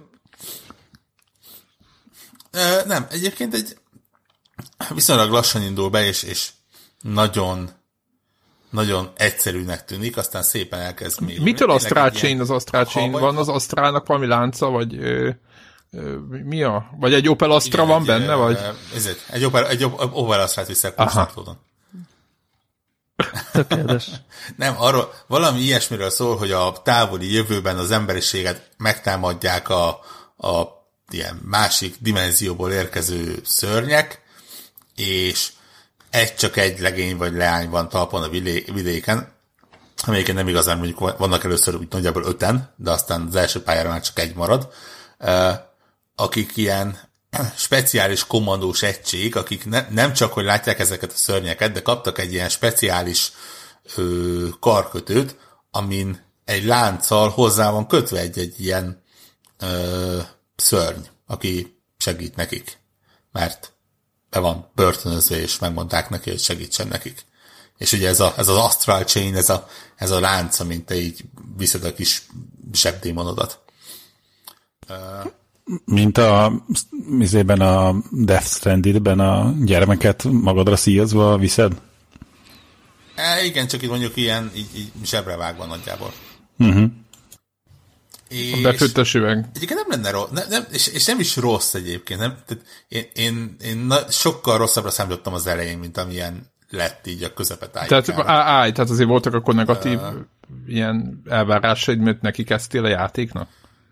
Ö, nem, egyébként egy viszonylag lassan indul be, és, és nagyon nagyon egyszerűnek tűnik, aztán szépen elkezd mélyülni. Mitől Astral Chain az Astral Chain? Van az Astrálnak valami lánca, vagy ö, ö, mi a? Vagy egy Opel Astra igen, van egy, benne, ö, vagy? Ez egy, egy Opel, egy Opel Astrát viszek Pulsartódon. Tökéletes. Nem, arról valami ilyesmiről szól, hogy a távoli jövőben az emberiséget megtámadják a, a ilyen másik dimenzióból érkező szörnyek, és egy csak egy legény vagy leány van talpon a vidéken, amelyiken nem igazán mondjuk vannak először úgy nagyjából öten, de aztán az első pályára már csak egy marad, akik ilyen speciális kommandós egység, akik ne, nem csak, hogy látják ezeket a szörnyeket, de kaptak egy ilyen speciális ö, karkötőt, amin egy lánccal hozzá van kötve egy-egy ilyen ö, szörny, aki segít nekik, mert be van börtönözve, és megmondták neki, hogy segítsen nekik. És ugye ez, a, ez az Astral Chain, ez a, ez a lánc, amint te így viszed a kis zsebdémonodat. Uh, Mint a mizében a Death Stranded-ben a gyermeket magadra szíjazva viszed? E, igen, csak itt mondjuk ilyen így, így zsebre vágva nagyjából. Uh-huh. A befőttes üveg. Egyébként nem lenne rossz, nem, nem, és, és nem is rossz egyébként. Nem? Tehát én én, én na, sokkal rosszabbra számítottam az elején, mint amilyen lett így a közepet tájékára. Tehát, áj, tehát azért voltak akkor negatív uh, ilyen elvárásaid, mert neki kezdtél a játéknak?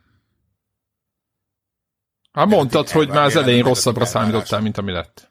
Hát mondtad, hogy már az elején rosszabbra számítottál, mint ami lett.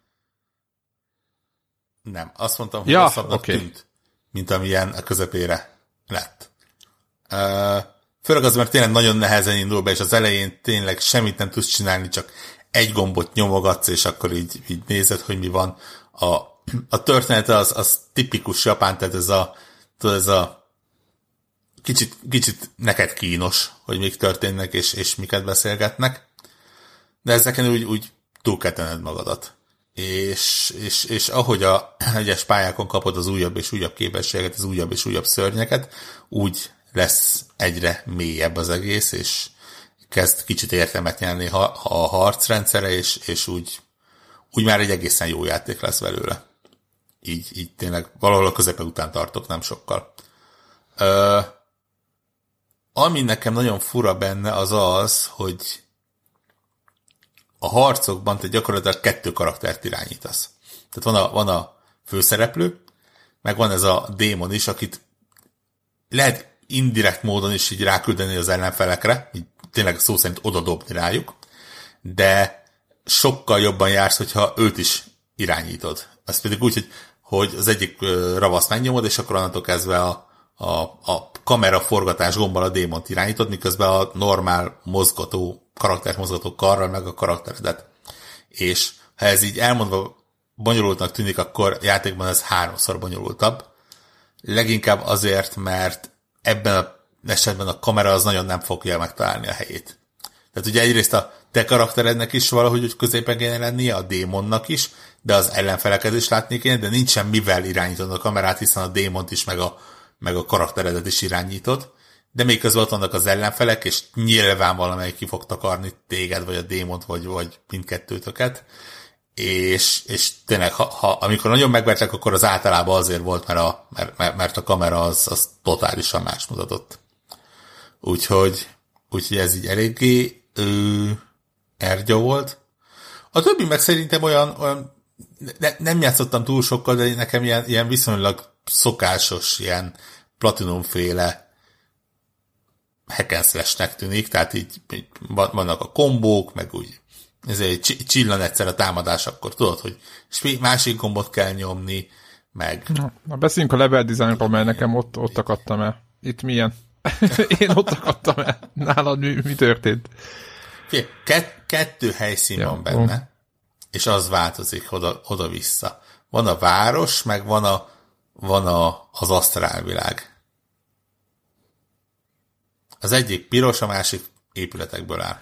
Nem, azt mondtam, hogy ja, rosszabbnak okay. tűnt, mint amilyen a közepére lett. Uh, főleg az, mert tényleg nagyon nehezen indul be, és az elején tényleg semmit nem tudsz csinálni, csak egy gombot nyomogatsz, és akkor így, így nézed, hogy mi van. A, a története az, az tipikus japán, tehát ez a, tudod, ez a kicsit, kicsit neked kínos, hogy mik történnek, és, és miket beszélgetnek. De ezeken úgy, úgy túl kell tenned magadat. És, és, és ahogy a egyes pályákon kapod az újabb és újabb képességeket, az újabb és újabb szörnyeket, úgy lesz egyre mélyebb az egész, és kezd kicsit értelmet nyerni a harcrendszere, és, és úgy, úgy már egy egészen jó játék lesz belőle. Így, így tényleg valahol a közepe után tartok, nem sokkal. Ö, ami nekem nagyon fura benne, az az, hogy a harcokban te gyakorlatilag kettő karaktert irányítasz. Tehát van a, van a főszereplő, meg van ez a démon is, akit lehet indirekt módon is így ráküldeni az ellenfelekre, így tényleg szó szerint oda dobni rájuk, de sokkal jobban jársz, hogyha őt is irányítod. Az pedig úgy, hogy, hogy az egyik ravaszt megnyomod, és akkor onnantól kezdve a, a, a kamera forgatás gombbal a démont irányítod, miközben a normál mozgató, karaktert mozgató karral meg a karakteredet. És ha ez így elmondva bonyolultnak tűnik, akkor játékban ez háromszor bonyolultabb. Leginkább azért, mert ebben az esetben a kamera az nagyon nem fogja megtalálni a helyét. Tehát ugye egyrészt a te karakterednek is valahogy úgy középen kéne lennie, a démonnak is, de az ellenfeleket is látni kéne, de nincsen mivel irányítod a kamerát, hiszen a démont is, meg a, meg a karakteredet is irányítod, de még közben ott vannak az ellenfelek, és nyilván valamelyik ki fog takarni téged, vagy a démont, vagy, vagy mindkettőtöket, és, és tényleg, ha, ha, amikor nagyon megvertek, akkor az általában azért volt, mert a, mert, mert a kamera az, az totálisan más mutatott. Úgyhogy, úgyhogy ez így eléggé ő, ergya volt. A többi meg szerintem olyan, olyan ne, nem játszottam túl sokkal, de nekem ilyen, ilyen viszonylag szokásos, ilyen platinumféle hack and slash-nek tűnik, tehát így, így vannak a kombók, meg úgy ezért csillan egyszer a támadás, akkor tudod, hogy másik gombot kell nyomni, meg... Na, na beszéljünk a level designról, mert nekem ott, ott akadtam el. Itt milyen? Én ott akadtam el. Nálad mi, mi történt? Figyelj, kett, kettő helyszín ja, van benne, ó. és az változik oda, oda-vissza. Van a város, meg van, a, van a, az asztrálvilág. Az egyik piros, a másik épületekből áll.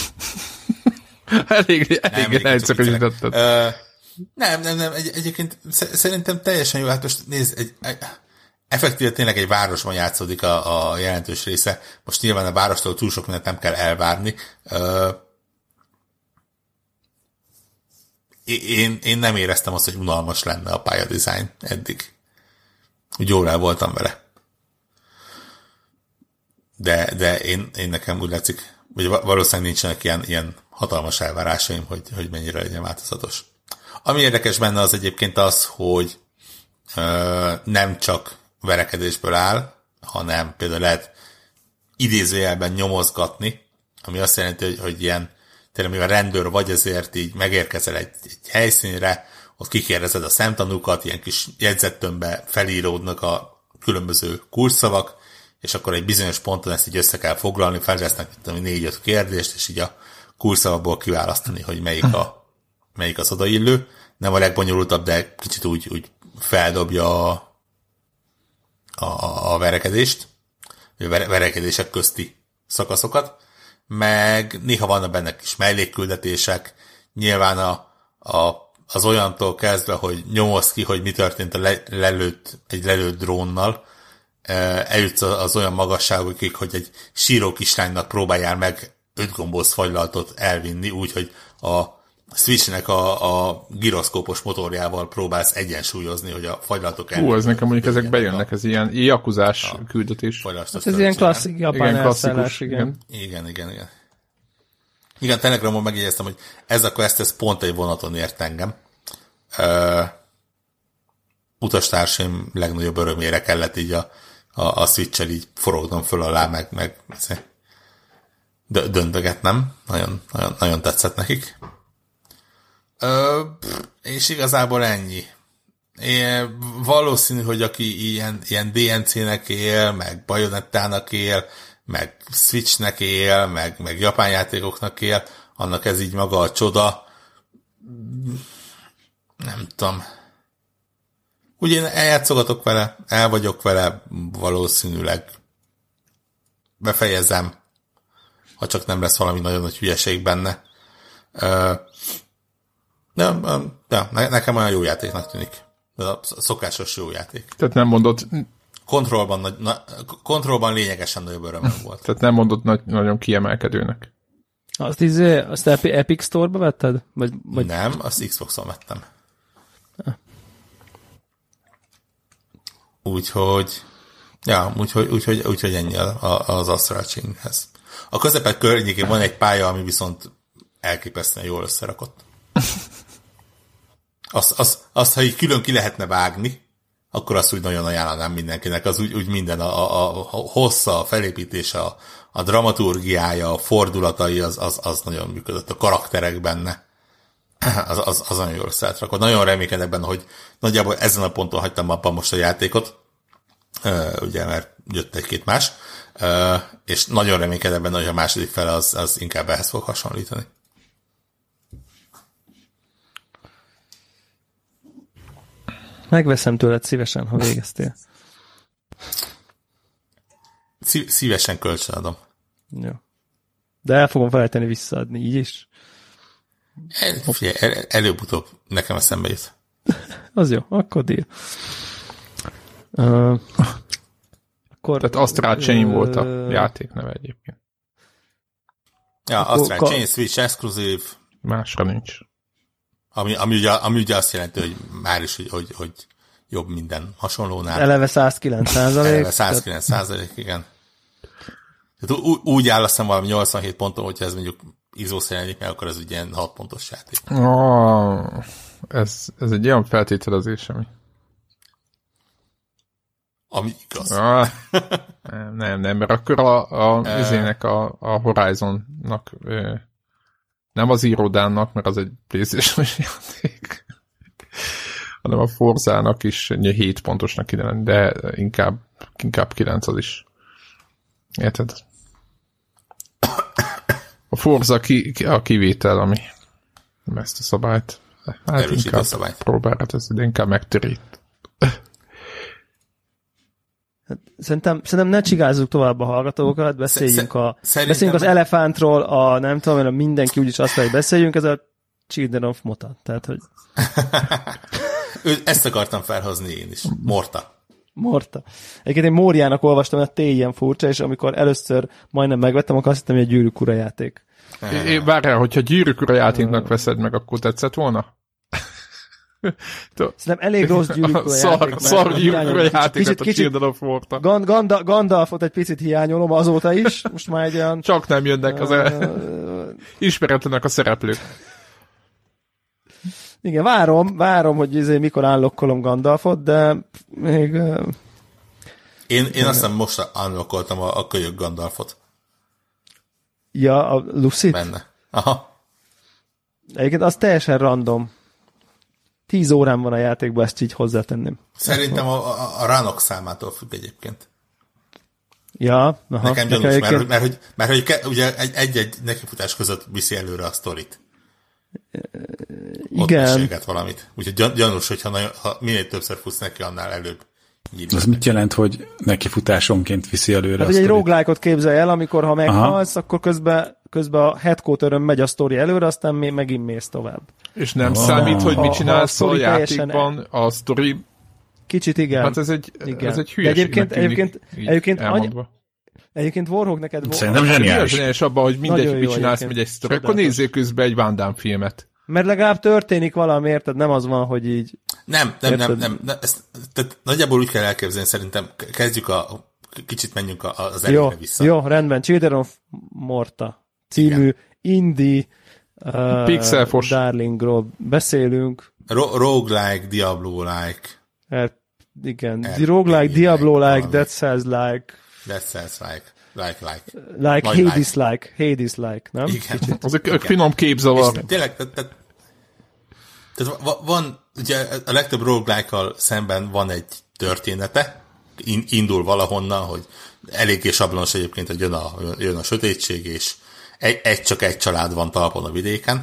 elég elég egyszerűsítetted. Nem, nem, nem. Egy, egyébként szerintem teljesen jó. Hát most nézd, egy, egy, effektíve tényleg egy városban játszódik a, a jelentős része. Most nyilván a várostól túl sok mindent nem kell elvárni. Én, én nem éreztem azt, hogy unalmas lenne a pályadizájn eddig. Úgy jól el voltam vele. De, de én, én nekem úgy látszik, hogy valószínűleg nincsenek ilyen, ilyen hatalmas elvárásaim, hogy, hogy mennyire legyen változatos. Ami érdekes benne az egyébként az, hogy ö, nem csak verekedésből áll, hanem például lehet idézőjelben nyomozgatni, ami azt jelenti, hogy, hogy ilyen, tényleg mivel rendőr vagy, ezért így megérkezel egy, egy helyszínre, ott kikérdezed a szemtanúkat, ilyen kis jegyzettömbbe felíródnak a különböző kulcsszavak, és akkor egy bizonyos ponton ezt így össze kell foglalni, felvesznek négy-öt kérdést, és így a kulcsszavakból kiválasztani, hogy melyik, a, melyik az odaillő. Nem a legbonyolultabb, de kicsit úgy, úgy feldobja a, a, a verekedést, a verekedések közti szakaszokat, meg néha vannak benne kis mellékküldetések, nyilván a, a, az olyantól kezdve, hogy nyomozz ki, hogy mi történt a le, lelőtt, egy lelőtt drónnal, eljutsz az olyan magasságokig, hogy egy síró kislánynak próbáljál meg öt gombóc fagylaltot elvinni, úgyhogy a Switchnek a, a giroszkópos motorjával próbálsz egyensúlyozni, hogy a fagylaltok elvinni. Hú, ez nekem mondjuk ezek bejönnek, ez ilyen jakuzás küldetés. Hát ez ilyen klasszik japán elszállás, igen. Igen, igen, igen. Igen, Telegramon megjegyeztem, hogy ez a quest, ez pont egy vonaton ért engem. Uh, utastársaim legnagyobb örömére kellett így a, a, a Switch-el így forognom föl alá, meg, meg döntögetnem. Nagyon, nagyon, nagyon tetszett nekik. Ö, és igazából ennyi. Én, valószínű, hogy aki ilyen, ilyen dé en cé-nek él, meg Bayonettának él, meg Switchnek él, meg, meg japán játékoknak él, annak ez így maga a csoda. Nem tudom. Ugye én eljátszogatok vele, el vagyok vele, valószínűleg befejezem, ha csak nem lesz valami nagyon nagy hülyeség benne. De, de nekem olyan jó játéknak tűnik. A szokásos jó játék. Tehát nem mondod... Kontrollban, nagy, na, kontrollban lényegesen nagyobb örömöm volt. Tehát nem mondod nagy, nagyon kiemelkedőnek. Azt, izé, azt Epic Store-ba vetted? Vagy, vagy... Nem, azt Xboxon vettem. Ah. Úgyhogy ja, úgyhogy, úgyhogy, úgyhogy ennyi az Astral Chainhez. A közepet környékén van egy pálya, ami viszont elképesztően jól összerakott. Azt, azt, azt, ha így külön ki lehetne vágni, akkor azt úgy nagyon ajánlanám mindenkinek. Az úgy, úgy minden, a, a, a hossza, a felépítése, a, a dramaturgiája, a fordulatai, az, az, az nagyon működött. A karakterek benne, az, az, az nagyon jól összerakott. Nagyon reménykedek benne, hogy nagyjából ezen a ponton hagytam abban most a játékot, uh, ugye, mert jött egy-két más, uh, és nagyon reménykedek benne, hogy a második fele az, az inkább ehhez fog hasonlítani. Megveszem tőled szívesen, ha végeztél. Szívesen kölcsönadom. Jó. De el fogom felejteni visszaadni, így is. El, figyelj, el, előbb-utóbb nekem eszembe jut. Az jó, akkor deal. Uh, akkor, Tehát Astral Chain uh, volt a játék neve egyébként. Ja, Astral ka- Chain, Switch exkluzív. Másra nincs. Ami, ami, ugye, ami ugye azt jelenti, hogy már is, hogy, hogy, hogy jobb minden hasonlónál. Eleve száz kilenc százalék. Eleve száz kilenc százalék, igen. Tehát ú- úgy áll aztán valami nyolcvanhét ponton, hogyha ez mondjuk Xbox jelenik meg, akkor ez ugye ilyen hat pontos játék. Oh, ez, ez egy olyan feltételezés, ami... Ami igaz. Ah, nem, nem, nem, mert akkor a, a, izének a, a Horizonnak, nem az Irodánnak, mert az egy PlayStation-os játék, hanem a Forzának is hét pontosnak kéne lenni, de inkább, inkább kilenc az is. Érted? A Forza ki, a kivétel, ami ezt a szabályt hát erősít inkább a szabályt. Próbálja ezt, de inkább megtörít. Szerintem, szerintem ne csigázzuk tovább a hallgatókat, beszéljünk, a, beszéljünk az elefántról, a nem tudom, a mindenki úgyis azt, hogy beszéljünk, ez a Children of Morta. Tehát, hogy... Ezt akartam felhozni én is. Morta. Morta. Egyébként én Móriának olvastam, hogy a T ilyen furcsa, és amikor először majdnem megvettem, akkor azt hittem, hogy egy Gyűrűk Ura játék. É, várjál, hogyha Gyűrűk Ura játéknak veszed meg, akkor tetszett volna? Szerintem elég rossz Gyűrűk Ura játék. Szar Gyűrűk Ura játékot a Children of Morta. Gand, Gandalfot egy picit hiányolom azóta is. Most már egy olyan... Csak nem jönnek az el... ismeretlenek a szereplők. Igen, várom, várom, hogy izé mikor unlockolom Gandalfot, de még... Uh... Én, én azt hiszem most unlockoltam a, a kölyök Gandalfot. Ja, a Lucit? Benne. Aha. Egyébként az teljesen random. Tíz órán van a játékban, ezt így hozzátenném. Szerintem a, a, a ránok számától függ egyébként. Ja, aha. Nekem gyanús, mert, egyébként... mert, mert, mert, mert hogy ugye egy-egy nekifutás között viszi előre a sztorit. Igen. Ott mesélget valamit. Úgyhogy gyanús, hogyha nagyon, ha minél többször futsz neki, annál előbb. Ez mit jelent, hogy nekifutásonként viszi előre? Hát, hogy egy roguelike-ot képzelj el, amikor ha meghalsz, aha, akkor közben, közben a headquarter-ön megy a sztori előre, aztán még megint mész tovább. És nem oh. számít, hogy mit csinálsz a, a játékban, a sztori... Kicsit igen. Hát ez egy, igen. Ez egy hülyeségnek egyébként, egyébként, egyébként, any... egyébként Warhawk neked volt. Szerintem zseniális. És abban, hogy mindegy, mit csinálsz, megy egy sztori, akkor nézzél közben egy Van Damme filmet. Mert legalább történik valami, érted? Nem az van, hogy így... Nem, nem, nem, nem. nem ezt, tehát nagyjából úgy kell elképzelni, szerintem kezdjük a... Kicsit menjünk az elejére jó, vissza. Jó, rendben. Children of Morta című igen. indie uh, Pixelfos darlingról beszélünk. Ro- roguelike, Diablo-like. Er, igen, er, roguelike, Diablo-like, Dead Cells-like. Dead Cells-like. Like, like. Like, Hades-like. Hades-like, nem? Igen. Az egy finom képzavar. És tényleg, tehát, tehát, tehát van, ugye a legtöbb roguelike-kal szemben van egy története, indul valahonnan, hogy eléggé sablonos egyébként, hogy jön a, jön a sötétség, és egy, egy csak egy család van talpon a vidéken,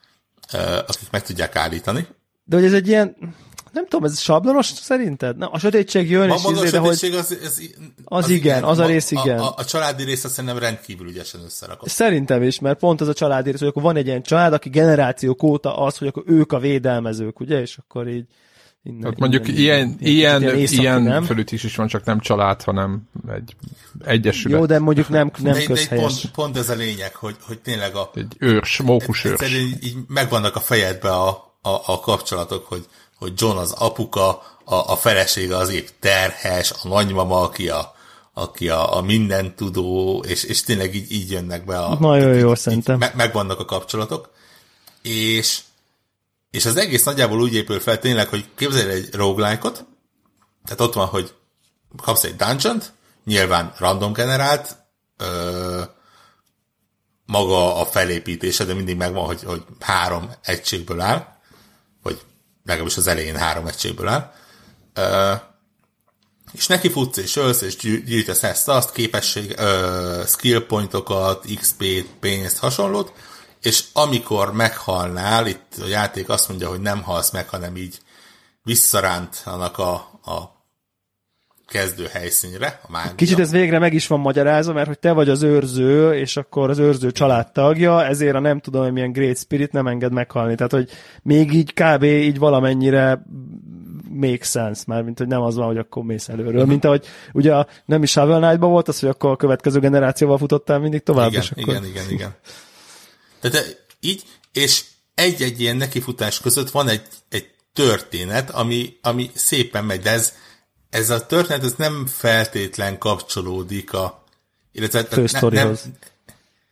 akik meg tudják állítani. De hogy ez egy ilyen, nem tudom, ez sablonos szerinted? Nem, a sötétség jön, és izé, de hogy... Az, az, az, az igen, igen, az a rész igen. A, a, a családi rész azt szerintem rendkívül ügyesen összerakott. Szerintem is, mert pont az a családi rész, hogy akkor van egy ilyen család, aki generációk óta az, hogy akkor ők a védelmezők, ugye, és akkor így innen, hát mondjuk innen, ilyen, ilyen, ilyen, északi, ilyen fölött is, is van, csak nem család, hanem egy egyesület. Jó, de mondjuk nem, nem de, közhelyes. De pont, pont ez a lényeg, hogy, hogy tényleg a... Egy őrs, mókus őrs. Egyszerűen így megvannak a fejedbe a, a, a kapcsolatok, hogy, hogy John az apuka, a, a felesége az épp terhes, a nagymama, aki a, aki a, a mindentudó, és, és tényleg így, így jönnek be a... Nagyon így, jó, így, szerintem. Így, megvannak a kapcsolatok, és És az egész nagyjából úgy épül fel tényleg, hogy képzelj egy roguelike-ot, tehát ott van, hogy kapsz egy dungeon-t, nyilván random generált, ö, maga a felépítése, de mindig megvan, hogy, hogy három egységből áll, vagy legalábbis az elején három egységből áll, ö, és neki futsz, és ölsz, és gyűjtesz ezt, azt, képesség, ö, skill pointokat, iksz pét, pénzt, hasonlót, és amikor meghalnál, itt a játék azt mondja, hogy nem halsz meg, hanem így visszarántanak a, a kezdő helyszínre, a mágia. Kicsit ez végre meg is van magyarázva, mert hogy te vagy az őrző, és akkor az őrző családtagja, ezért a nem tudom, hogy milyen Great Spirit nem enged meghalni. Tehát, hogy még így kb. Így valamennyire make sense, már mint hogy nem az van, hogy akkor mész előről. Uh-huh. Mint ahogy ugye a, nem is Shovel Knight-ban volt az, hogy akkor a következő generációval futottál mindig tovább. Igen, és akkor... igen, igen, igen. Tehát így, és egy-egy ilyen nekifutás között van egy, egy történet, ami, ami szépen megy, de ez, ez a történet ez nem feltétlen kapcsolódik a... Fősztorihoz.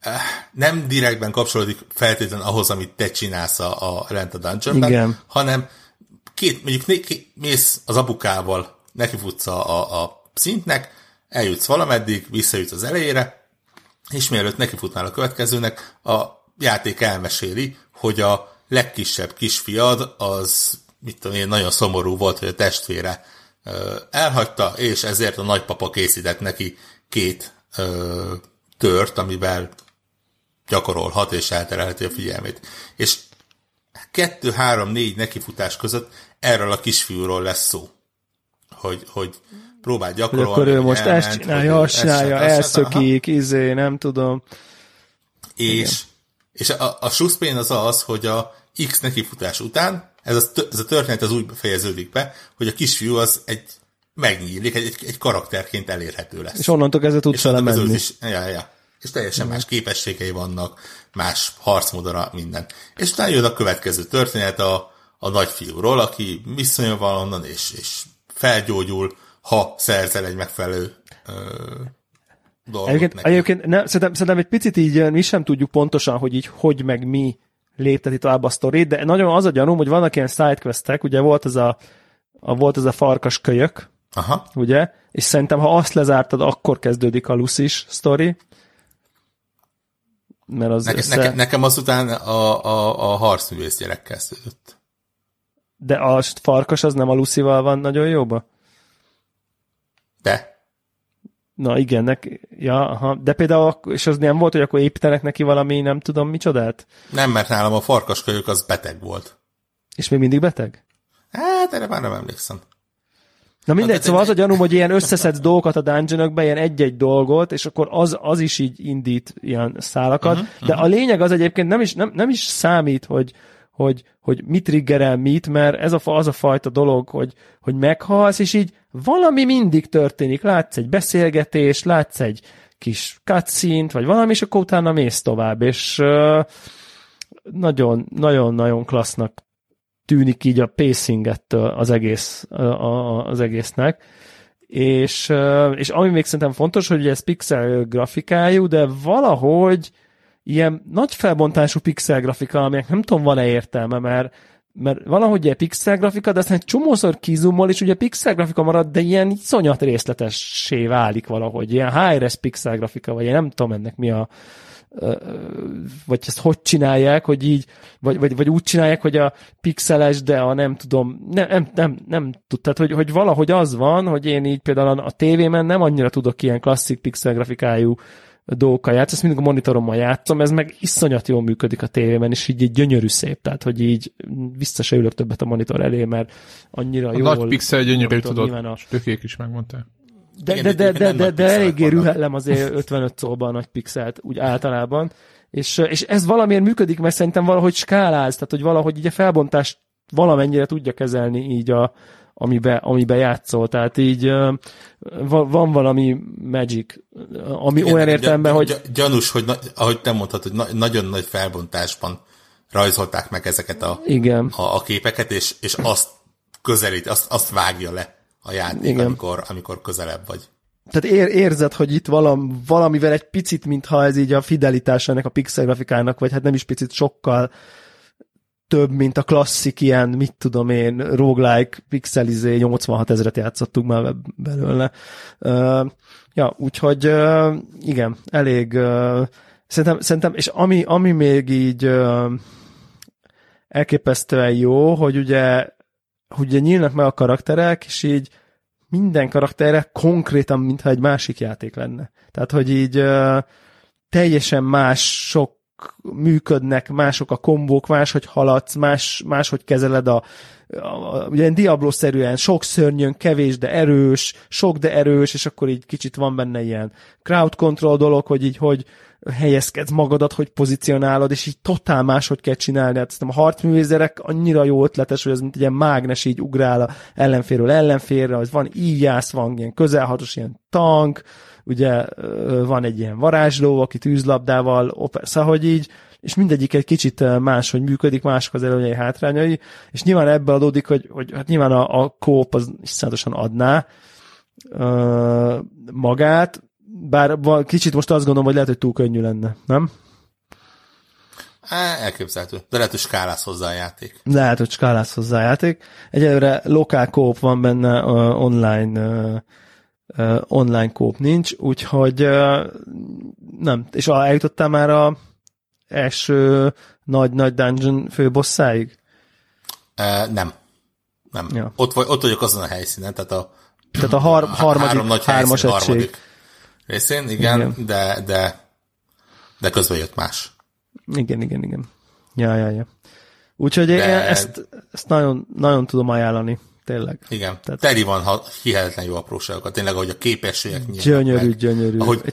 nem direktben kapcsolódik feltétlenül ahhoz, amit te csinálsz a, a Rent a Dungeonben, igen. hanem két, mondjuk két, mész az apukával, nekifutsz a, a szintnek, eljutsz valameddig, visszajutsz az elejére, és mielőtt nekifutnál a következőnek, a játék elmeséli, hogy a legkisebb kisfiad az, mit tudom én, nagyon szomorú volt, hogy a testvére ö, elhagyta, és ezért a nagypapa készített neki két ö, tört, amivel gyakorolhat és elterelheti a figyelmét. És kettő, három, négy nekifutás között erről a kisfiúról lesz szó. Hogy, hogy próbál gyakorolni. Akkor ő most elment, ezt csinálja, azt csinálja, elszökik, izé, nem tudom. És, és a, a suszpén az az, hogy a X nekifutás után ez a, ez a történet az úgy fejeződik be, hogy a kisfiú az egy megnyílik, egy, egy, egy karakterként elérhető lesz. És onnantól kezdve tudsz vele menni. Is, ja, ja. És teljesen más képességei vannak, más harcmodora, minden. És utána jön a következő történet a, a nagyfiúról, aki visszajön valonnan, és, és felgyógyul, ha szerzel egy megfelelő ö, dolgot egyébként, neki. Egyébként ne, szerintem, szerintem egy picit így mi sem tudjuk pontosan, hogy így hogy meg mi lépteti tovább a sztorit, de nagyon az a gyanúm, hogy vannak ilyen sidequestek, ugye volt ez a, a, volt ez a farkas kölyök, aha. Ugye, és szerintem ha azt lezártad, akkor kezdődik a Lucis sztori. Mert az Neke, össze... nekem, nekem azután a, a, a harcművész gyerek kezdődött. De a farkas az nem a Lucival van nagyon jóba? De. Na igen, nek... ja, aha. De például, és az nem volt, hogy akkor építenek neki valami, nem tudom micsodát? Nem, mert nálam a farkaskölyök az beteg volt. És még mindig beteg? Hát, erre már nem emlékszem. Na mindegy, szóval az a gyanúm, hogy ilyen összeszedsz dolgokat a dungeonokba, ilyen egy-egy dolgot, és akkor az, az is így indít ilyen szálakat, uh-huh, de uh-huh. A lényeg az egyébként nem is, nem, nem is számít, hogy, hogy, hogy mit triggerel mit, mert ez a, az a fajta dolog, hogy, hogy meghalsz, és így valami mindig történik. Látsz egy beszélgetést, látsz egy kis cutscene-t, vagy valami, és akkor utána mész tovább, és uh, nagyon, nagyon, nagyon klassznak tűnik így a pacingettől az egész, a, a, az egésznek. És, és ami még szerintem fontos, hogy ez pixel grafikájú, de valahogy ilyen nagy felbontású pixel grafika, aminek nem tudom, van-e értelme, mert, mert valahogy egy pixel grafika, de aztán egy csomószor kizumol, és ugye pixel grafika marad, de ilyen iszonyat részletessé válik valahogy. Ilyen high-res pixel grafika, vagy én nem tudom ennek mi a vagy ezt hogy csinálják, hogy így, vagy, vagy, vagy úgy csinálják, hogy a pixeles, de a nem tudom, nem, nem, nem, nem tud, tehát hogy, hogy valahogy az van, hogy én így például a tévében nem annyira tudok ilyen klasszik pixel grafikájú dolgokkal játszani, ezt mindig a monitorommal játszom, ez meg iszonyat jól működik a tévében, és így egy gyönyörű szép, tehát hogy így vissza se ülök többet a monitor elé, mert annyira a jól... nagy pixel gyönyörű, tudod, a... tökék is megmondták. De, de, de, de, de, de eléggé rühellem azért ötvenöt szólban a nagy pixelt, úgy általában. És, és ez valamiért működik, mert szerintem valahogy skálálsz, tehát hogy valahogy így a felbontást valamennyire tudja kezelni így, a, amibe, amibe játszol. Tehát így van valami magic, ami igen, olyan értelemben, gy- gy- hogy... Gyanús, hogy na, ahogy te mondtad, hogy na- nagyon nagy felbontásban rajzolták meg ezeket a, igen. a, a képeket, és, és azt közelít, azt, azt vágja le a játék, amikor, amikor közelebb vagy. Tehát ér, érzed, hogy itt valam, valamivel egy picit, mintha ez így a fidelitás ennek a pixel grafikának, vagy hát nem is picit, sokkal több, mint a klasszik ilyen, mit tudom én, roguelike pixelizé, nyolcvanhat ezret játszottuk már belőle. Uh, ja, úgyhogy uh, igen, elég uh, szerintem, szerintem, és ami, ami még így uh, elképesztően jó, hogy ugye hogy ugye nyílnak meg a karakterek, és így minden karakterre konkrétan, mintha egy másik játék lenne. Tehát, hogy így uh, teljesen mások működnek, mások a kombók, máshogy haladsz, más, máshogy kezeled a, a, a ugye Diablo-szerűen sok szörnyön, kevés, de erős, sok, de erős, és akkor így kicsit van benne ilyen crowd control dolog, hogy így hogy helyezkedsz magadat, hogy pozícionálod, és így totál máshogy kell csinálni. Hát a harcművészek annyira jó ötletes, hogy ez mint egy ilyen mágnes így ugrál a ellenférről ellenférre, az van íjász, van ilyen közelhatos ilyen tank, ugye van egy ilyen varázsló, aki tűzlabdával, szóval, hogy így, és mindegyik egy kicsit máshogy működik, mások az előnyei, hátrányai, és nyilván ebből adódik, hogy, hogy hát nyilván a, a kóp az iszonyatosan adná uh, magát, bár kicsit most azt gondolom, hogy lehet, hogy túl könnyű lenne, nem? Elképzelhető. De lehet, hogy skálász hozzá a játék. Lehet, hogy skálász hozzá a játék. Egyelőre lokál kóp van benne, uh, online uh, uh, online kóp nincs, úgyhogy uh, nem. És eljutottál már a első nagy-nagy dungeon főbosszáig? Uh, nem. Nem. Ja. Ott, vagy, ott vagyok azon a helyszínen, tehát a, tehát a har- harmadik, három nagy hármas helyszín, egység. Harmadik részén, igen, igen. De, de, de közben jött más. Igen, igen, igen. Ja, ja, ja. Úgyhogy de... ezt, ezt nagyon, nagyon tudom ajánlani, tényleg. Igen, tehát... teli van ha hihetetlen jó apróságokat, tényleg, ahogy a képességek nyilván. Gyönyörű, meg, gyönyörű. Ahogy,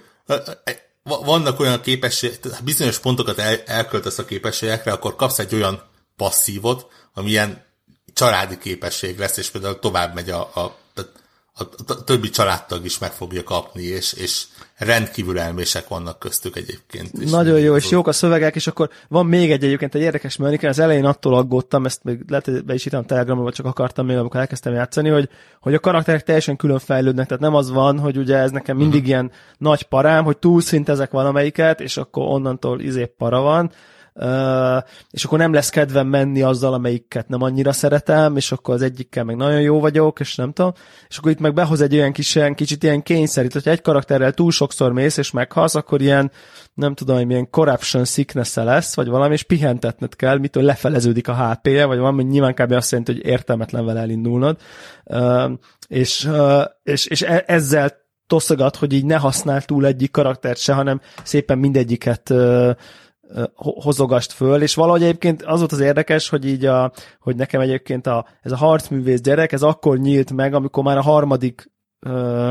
vannak olyan képességek, bizonyos pontokat el, elköltesz a képességekre, akkor kapsz egy olyan passzívot, ami ilyen családi képesség lesz, és például tovább megy a, a, a, a többi családtag is meg fogja kapni, és, és rendkívül elmések vannak köztük egyébként. Nagyon jó, és jók a szövegek, és akkor van még egy egyébként egy érdekes mechanika, az elején attól aggódtam, ezt még lehet, hogy be is írtam Telegramon, vagy csak akartam még, amikor elkezdtem játszani, hogy, hogy a karakterek teljesen külön fejlődnek, tehát nem az van, hogy ugye ez nekem mindig uh-huh. ilyen nagy parám, hogy túlszintezek valamelyiket, és akkor onnantól izé para van, Uh, és akkor nem lesz kedvem menni azzal, amelyiket nem annyira szeretem, és akkor az egyikkel meg nagyon jó vagyok, és nem tudom, és akkor itt meg behoz egy olyan kis, ilyen, kicsit ilyen kényszerít, hogyha egy karakterrel túl sokszor mész, és meghalsz, akkor ilyen, nem tudom, hogy milyen corruption sickness-e lesz, vagy valami, és pihentetned kell, mitől lefeleződik a há pé-je, vagy valami, nyilván kb. Azt jelenti, hogy értelmetlen vele elindulnod, uh, és, uh, és, és ezzel toszogat, hogy így ne használ túl egyik karaktert se, hanem szépen mindegyiket uh, hozogast föl, és valahogy egyébként az volt az érdekes, hogy így a, hogy nekem egyébként a, ez a harcművész gyerek, ez akkor nyílt meg, amikor már a harmadik ö,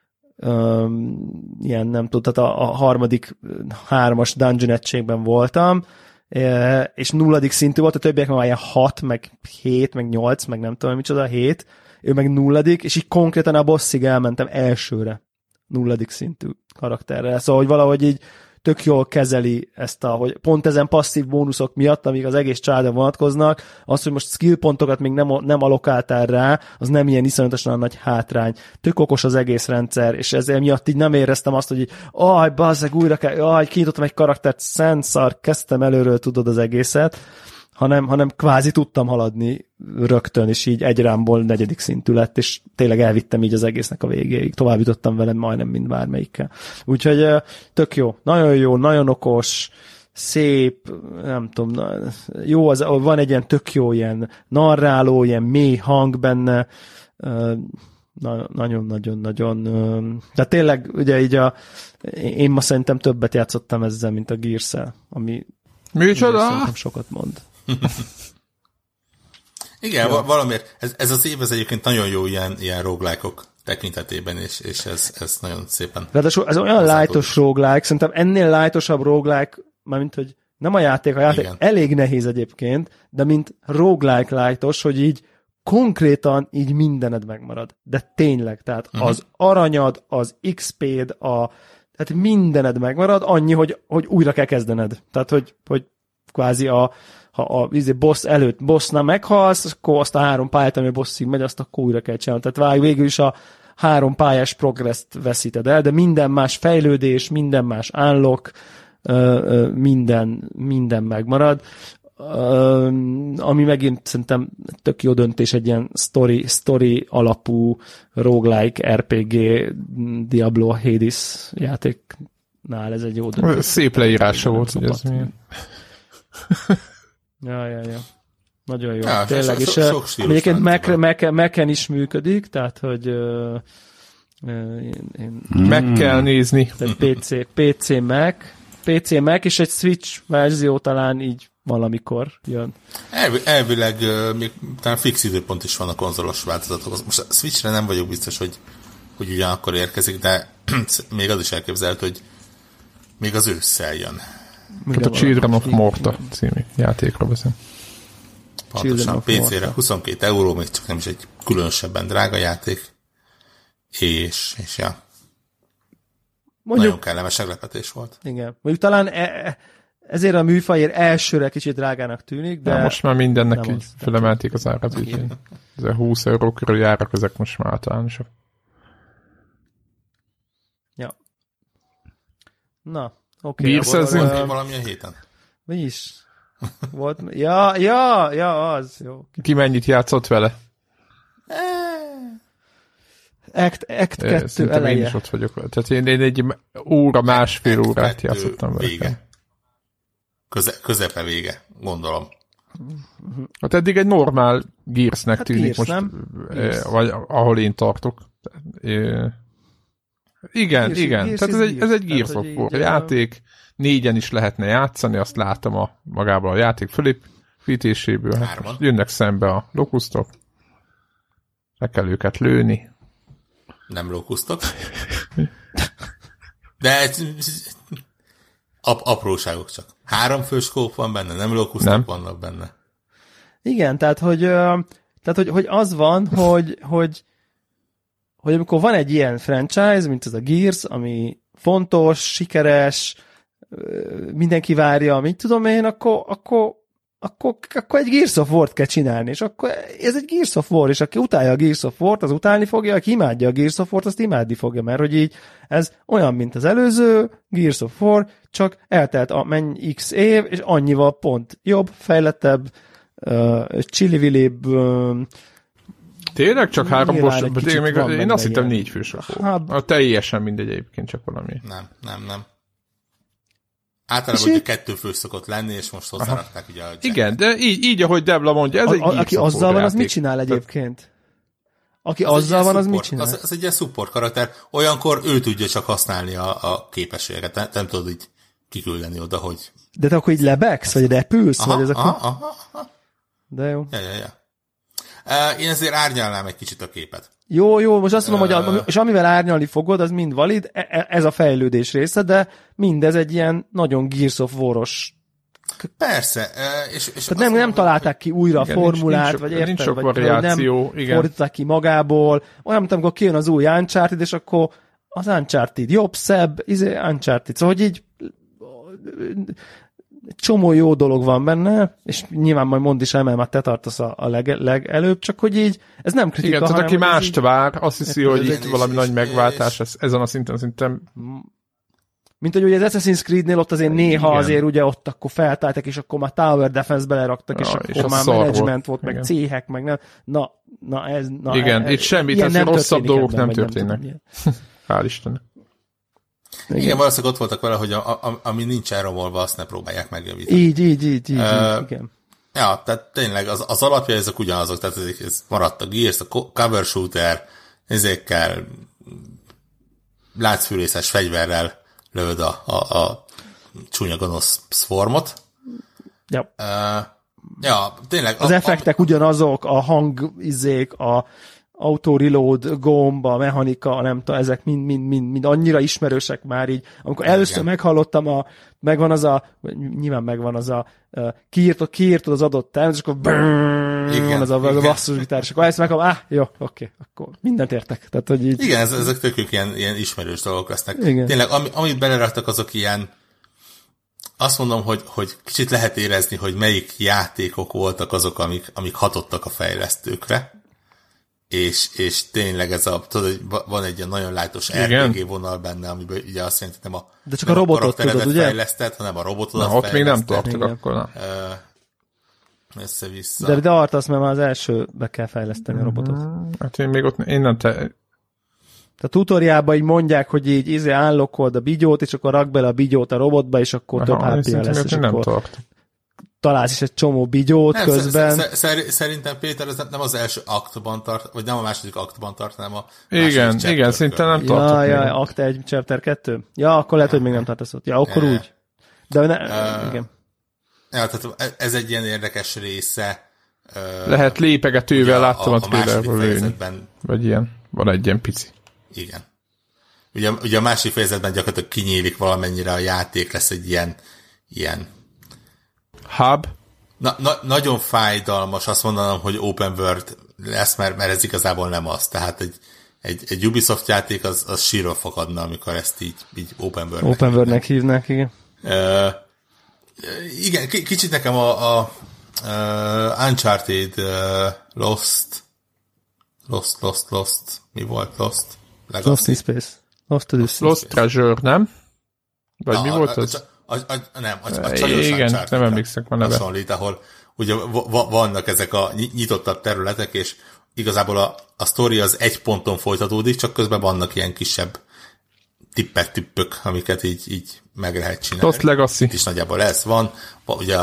ö, ilyen nem tudom, tehát a, a harmadik hármas dungeon egységben voltam, és nulladik szintű volt, a többiek már ilyen hat, meg hét, meg nyolc, meg nem tudom, micsoda, hét, ő meg nulladik, és így konkrétan a bosszig elmentem elsőre, nulladik szintű karakterrel. Szóval, hogy valahogy így tök jól kezeli ezt a, hogy pont ezen passzív bónuszok miatt, amik az egész családra vonatkoznak, az, hogy most skill pontokat még nem, nem alokáltál rá, az nem ilyen iszonyatosan nagy hátrány. Tök okos az egész rendszer, és ezért miatt így nem éreztem azt, hogy aj, bazzeg, újra kell, aj, kinyitottam egy karaktert, szent szar, kezdtem előről, tudod az egészet, hanem, hanem kvázi tudtam haladni rögtön, és így egy rámból negyedik szintű lett, és tényleg elvittem így az egésznek a végéig. Tovább jutottam velem majdnem, mint bármelyikkel. Úgyhogy tök jó. Nagyon jó, nagyon okos, szép, nem tudom, jó, az, van egy ilyen tök jó ilyen narráló, ilyen mély hang benne, nagyon-nagyon-nagyon, de tényleg ugye így a, én ma szerintem többet játszottam ezzel, mint a Gears-szel, ami micsoda? Sokat mond. Igen, ja. valamiért, ez, ez az év ez egyébként nagyon jó ilyen, ilyen roguelike-ok tekintetében, és, és ez, ez nagyon szépen... Ráadásul ez olyan lightos roguelike, szerintem ennél lightosabb roguelike, mármint, hogy nem a játék, a játék igen. Elég nehéz egyébként, de mint roguelike lightos, hogy így konkrétan így mindened megmarad. De tényleg, tehát uh-huh. az aranyad, az iksz péd, a tehát mindened megmarad, annyi, hogy, hogy újra kell kezdened. Tehát, hogy, hogy kvázi a, ha a boss előtt bossnál meghalsz, akkor azt a három pályát, ami a bosszig megy, azt akkor újra kell csinálni. Tehát végül is a három pályás progresszt veszíted el, de minden más fejlődés, minden más unlock, minden, minden megmarad. Ami megint szerintem tök jó döntés egy ilyen story, story alapú roguelike er pé gé Diablo Hades játéknál ez egy jó döntés. Szép leírása volt, hogy ez milyen. Ja, ja, ja. Nagyon jó. Ja, tényleg, és egyébként Mac-en is működik, tehát, hogy uh, én, én, meg kell nézni. pé cé, pé cé Mac, pé cé Mac, és egy Switch verzió talán így valamikor jön. Elv, elvileg uh, még talán fix időpont is van a konzolos változatok. Most a Switchre nem vagyok biztos, hogy, hogy ugyanakkor érkezik, de még az is elképzelhető, hogy még az ősszel jön. Tehát a Children of Morta című játékra beszél. Pontosan, pé cére huszonkét euró, még csak nem is egy különösebben drága játék. És, és ja. Mondjuk, nagyon kellemes meglepetés volt. Igen. Mondjuk talán e, ezért a műfajért elsőre kicsit drágának tűnik, de... Ja, most már mindennek így fölemelték az árat. Ez húsz euró körül járak, ezek most már általánosak. Ja. Na, oké. Gears-ezzünk? Volt valamilyen héten? Mi is? Volt? Ja, ja, ja, az. Jó. Ki mennyit játszott vele? Act, Act kettő eleje. Én is ott vagyok vele. Tehát én, én egy óra, másfél Act órát játszottam vele. Vége. Köze, közepe vége, gondolom. Hát eddig egy normál Gearsnek hát tűnik Gears, most, nem? Gears. Vagy ahol én tartok. Igen, Gears, igen. Gears Tehát ez egy, ez egy Gears of War játék. Négyen is lehetne játszani, azt látom a magából a játék fölépítéséből. Hát most jönnek szembe a lokusztok. Le kell őket lőni. Nem lokusztok. De ap- apróságok csak. Három főskóp van benne, nem lokusztok nem. vannak benne. Igen, tehát hogy, tehát, hogy, hogy az van, hogy, hogy, hogy amikor van egy ilyen franchise, mint ez a Gears, ami fontos, sikeres, mindenki várja, mit tudom én, akkor, akkor, akkor, akkor egy Gears of War-t kell csinálni, és akkor ez egy Gears of War, és aki utálja a Gears of War-t, az utálni fogja, aki imádja a Gears of War-t, azt imádni fogja, mert hogy így ez olyan, mint az előző Gears of War, csak eltelt a menny x év, és annyival pont jobb, fejlettebb, uh, csili-vilibb, uh, tényleg csak három most, én, még, én azt hittem négy fősök volt. Hát, teljesen mindegy egyébként, csak valami. Nem, nem, nem. Általában ugye kettő fő szokott lenni, és most hozzárakták ugye a Jack-et. Igen, de így, így, ahogy Debla mondja, ez a, egy a, Aki azzal van, az mit csinál egyébként? Aki az azzal van, az mit csinál? Az, az egy ilyen support karakter. Olyankor ő tudja csak használni a, a képességet. Nem, nem tudod így kiküldeni oda, hogy... De te akkor így lebegsz, vagy repülsz? Aha, vagy ez aha, akkor... aha, aha. De jó. Ja, ja, ja. Uh, én ezért árnyalnám egy kicsit a képet. Jó, jó, most azt mondom, uh, hogy a, és amivel árnyalni fogod, az mind valid, ez a fejlődés része, de mindez egy ilyen nagyon Gears of War-os. Persze. És, és Tehát nem, nem találták ki újra igen, a formulát, nincs, vagy érted, nincs sok vagy variáció, nem fordították ki magából. Olyan, mint amikor kijön az új Uncharted, és akkor az Uncharted jobb, szebb, izé Uncharted. Szóval, hogy így csomó jó dolog van benne, és nyilván majd mondd is el, mert te tartasz a, a leg, legelőbb, csak hogy így, ez nem kritika, igen, tehát aki mást így... vár, azt hiszi, hogy igen, itt valami nagy megváltás, ez, ezen a szinten szerintem... Mint hogy ugye az Assassin's Creed-nél ott azért néha igen. azért ugye ott akkor feltáltak, és akkor már Tower Defense beleraktak, ja, és akkor és már management volt, meg igen. céhek, meg nem. Na, na ez... Na, igen, ez, itt semmi, tehát rosszabb dolgok nem történnek. Hál' Istennek. Igen, igen, valószínűleg ott voltak vele, hogy a, a, ami nincs elromolva, azt ne próbálják megjavítani. Így, így, így, így, uh, így igen. Ja, tehát tényleg az, az alapja ezek ugyanazok, tehát ez, ez maradt a Gears, a cover shooter, ezekkel láncfűrészes fegyverrel lövöd a, a, a csúnya gonosz swarmot. Ja. Uh, ja, tényleg. Az a, effektek a, ugyanazok, a hangizék, a auto-reload, gomb, a mechanika, nem tudom, ezek mind, mind, mind, mind annyira ismerősek már így. Amikor először igen. meghallottam, a, megvan az a, nyilván megvan az a, uh, kiírtod, kiírtod az adott termet, és akkor brrrr, van az a, a basszusgitár, és akkor ezt meghallom, ah, jó, oké, okay, akkor mindent értek. Tehát, hogy így... Igen, ezek tök ilyen, ilyen ismerős dolgok lesznek. Igen. Tényleg, ami, amit beleraktak, azok ilyen, azt mondom, hogy, hogy kicsit lehet érezni, hogy melyik játékok voltak azok, amik, amik hatottak a fejlesztőkre. És, és tényleg ez a, tudod, hogy van egy ilyen nagyon lájtos er pé gé vonal benne, amiben ugye azt jelenti, nem a, de csak a robotot tudod, ugye? fejlesztett, hanem a robotodat na, ott még nem tartok akkor. Na. Uh, össze-vissza. De, de artasz, mert már az elsőbe kell fejleszteni a robotot. Hát én még ott, én nem te... A tutoriálban így mondják, hogy így izé állokold a bigyót, és akkor rak bele a bigyót a robotba, és akkor aha, több há pé lesz, és nem akkor... tart. Találsz is egy csomó bigyót nem, közben. Szer- szer- szerintem Péter, ez nem az első aktban tart, vagy nem a második aktban tart, hanem a igen, igen, szinte nem tartok. Ja, ja, akt egy, chapter kettő. Ja, akkor lehet, hogy még nem tartasz ott. Ja, akkor ja. úgy. De ne, uh, igen. Ja, tehát ez egy ilyen érdekes része. Uh, lehet lépegetővel, láttam a, a trailerből lőni. Vagy ilyen. Van egy ilyen pici. Igen. Ugye, ugye a másik fejezetben gyakorlatilag kinyílik valamennyire a játék, lesz egy ilyen ilyen hub. Na, na, nagyon fájdalmas azt mondanom, hogy open world lesz, mert, mert ez igazából nem az. Tehát egy, egy, egy Ubisoft játék az, az sírva fakadna, amikor ezt így, így open world-nek open world-nek hívnak, igen. Uh, igen, k- kicsit nekem a, a uh, Uncharted uh, Lost Lost, Lost, Lost mi volt Lost? Legacy. Lost in Space. Lost, Lost, Lost Treasure, nem? Vagy a, mi volt a, az? A, a, a, nem, a, a csajos igen, nem emlékszek már neve. Hasonlít, ahol ugye vannak ezek a nyitottabb területek, és igazából a, a sztori az egy ponton folytatódik, csak közben vannak ilyen kisebb tippek-tippök, amiket így, így meg lehet csinálni. Lost Legacy. Itt is nagyjából ez van. Ugye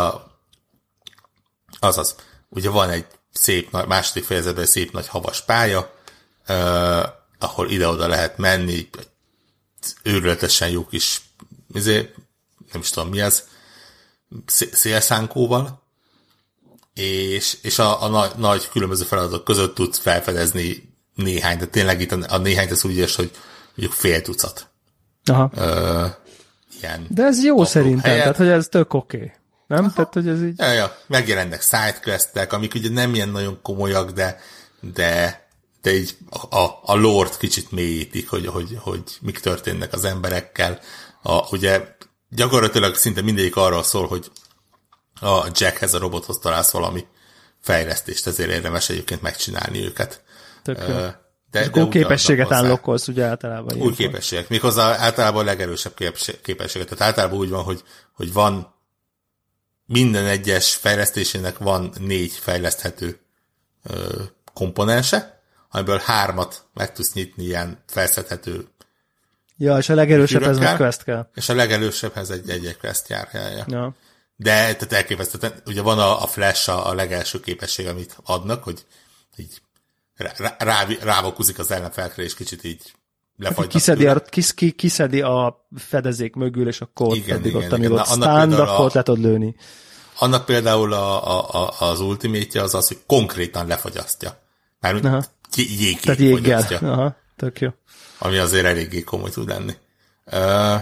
azaz, ugye van egy szép, második fejezetben szép nagy havas pálya, eh, ahol ide-oda lehet menni, őrületesen jó kis ezért, nem is tudom mi ez, szélszánkóval, és, és a, a nagy, nagy különböző feladatok között tudsz felfedezni néhány, de tényleg itt a, a néhány tesz úgy is, hogy mondjuk fél tucat. Aha. Ö, ilyen de ez jó szerintem, helyet. Tehát hogy ez tök oké. Okay. Nem? Aha. Tehát, hogy ez így... Ja, ja. Megjelennek sidequestek, amik ugye nem ilyen nagyon komolyak, de, de, de így a, a, a lore-t kicsit mélyítik, hogy, hogy, hogy mik történnek az emberekkel. A, ugye gyakorlatilag szinte mindegyik arról szól, hogy a Jackhez, a robothoz találsz valami fejlesztést, ezért érdemes egyébként megcsinálni őket. Tök jó. De, de új képességet állokkolsz, ugye általában. Új képességek. Méghozzá általában a legerősebb képességet. Tehát általában úgy van, hogy, hogy van minden egyes fejlesztésének van négy fejleszthető ö, komponense, amiből hármat meg tudsz nyitni ilyen felszedhető. Ja, és a legerősebb ez meg quest kell. És a legerősebbhez egy egy quest jár. Ja. Ja. De tehát elképesztő. Ugye van a, a Flash a, a legelső képesség, amit adnak, hogy így rá, rá, rávokuzik az ellenfelekre, és kicsit így lefagynak. Kiszedi a, kis, ki, kiszedi a fedezék mögül, és akkor igen, pedig igen, ott, amíg ott stand, akkor le tudod lőni. Annak például a, a, a, az ultimate-ja az az, hogy konkrétan lefagyasztja. Mármint jégként jéggel. Aha, tök jó. Ami azért eléggé komoly tud lenni. Uh,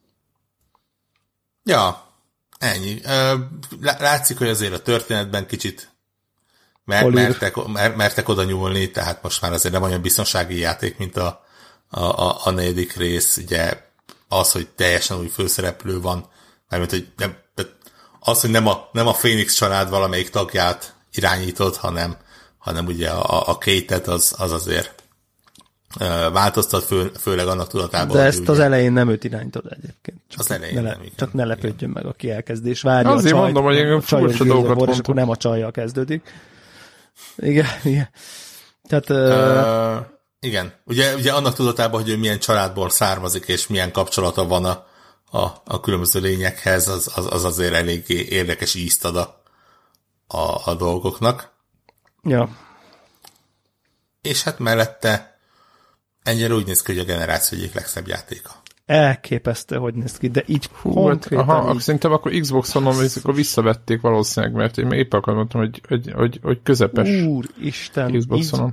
ja, ennyi. Uh, látszik, hogy azért a történetben kicsit mer- mertek, mer- mertek oda nyúlni, tehát most már azért nem olyan biztonsági játék, mint a, a, a, a negyedik rész. Ugye az, hogy teljesen új főszereplő van, mármint, hogy nem, az, hogy nem a, nem a Phoenix család valamelyik tagját irányított, hanem, hanem ugye a, a Kate-et az, az azért változtat, fő, főleg annak tudatában. De ezt az elején nem őt irányítod egyébként. Csak az elején ne, nem, igen. Csak ne lepődjön meg, aki elkezdés. Várja azért a csajt, mondom, hogy én furcsa dolgokat mondtam. És akkor nem a csajjal kezdődik. Igen, igen. Tehát... Uh, igen. Ugye, ugye annak tudatában, hogy ő milyen családból származik, és milyen kapcsolata van a, a, a különböző lényekhez, az, az, az azért eléggé érdekes ízt ad a, a, a dolgoknak. Ja. És hát mellette ennyire úgy néz ki, hogy a generáció egyik legszebb játéka. Elképesztő, hogy néz ki, de így hú, konkrétan aha, így... Szerintem akkor Xbox One-on akkor visszavették valószínűleg, mert én épp akartam mondtam, hogy, hogy, hogy, hogy közepes Úristen, Xbox One-on.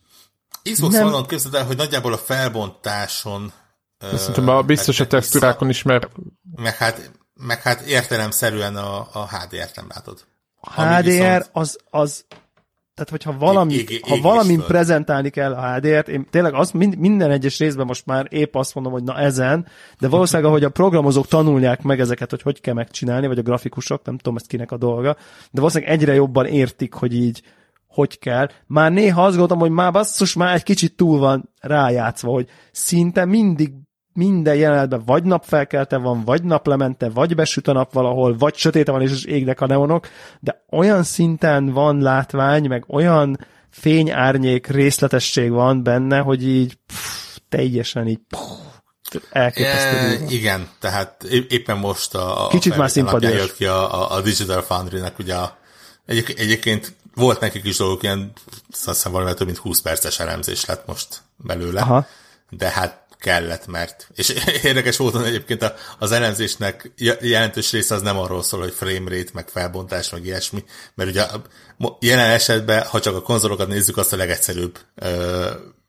Xbox nem... One-on képzeld el, hogy nagyjából a felbontáson szerintem uh, biztos a textúrákon is, mert meg hát, meg hát értelemszerűen a, a há dé er-t nem látod. A há dé er viszont... az, az tehát, hogyha valami, ég, ég, ha valamin prezentálni kell a há dé er-t, én tényleg azt mind, minden egyes részben most már épp azt mondom, hogy na ezen, de valószínűleg, ahogy a programozók tanulják meg ezeket, hogy hogy kell megcsinálni, vagy a grafikusok, nem tudom, ez kinek a dolga, de valószínűleg egyre jobban értik, hogy így hogy kell. Már néha azt gondolom, hogy már basszus, már egy kicsit túl van rájátszva, hogy szinte mindig minden jelenetben vagy napfelkelte van, vagy naplemente, vagy besüt a nap valahol, vagy sötéte van, és égnek a neonok, de olyan szinten van látvány, meg olyan fényárnyék részletesség van benne, hogy így pff, teljesen így pff, elképesztő. E, igen, tehát éppen most a, kicsit már szimpadias. Jött ki a, a, a Digital Foundry-nek, ugye a, egy, egyébként volt nekik is dolgok, ilyen azt hiszem valami több mint húsz perces elemzés lett most belőle, aha. De hát kellett, mert, és érdekes volt egyébként az elemzésnek jelentős része az nem arról szól, hogy frame rate, meg felbontás, meg ilyesmi, mert ugye jelen esetben, ha csak a konzolokat nézzük, azt a legegyszerűbb ö,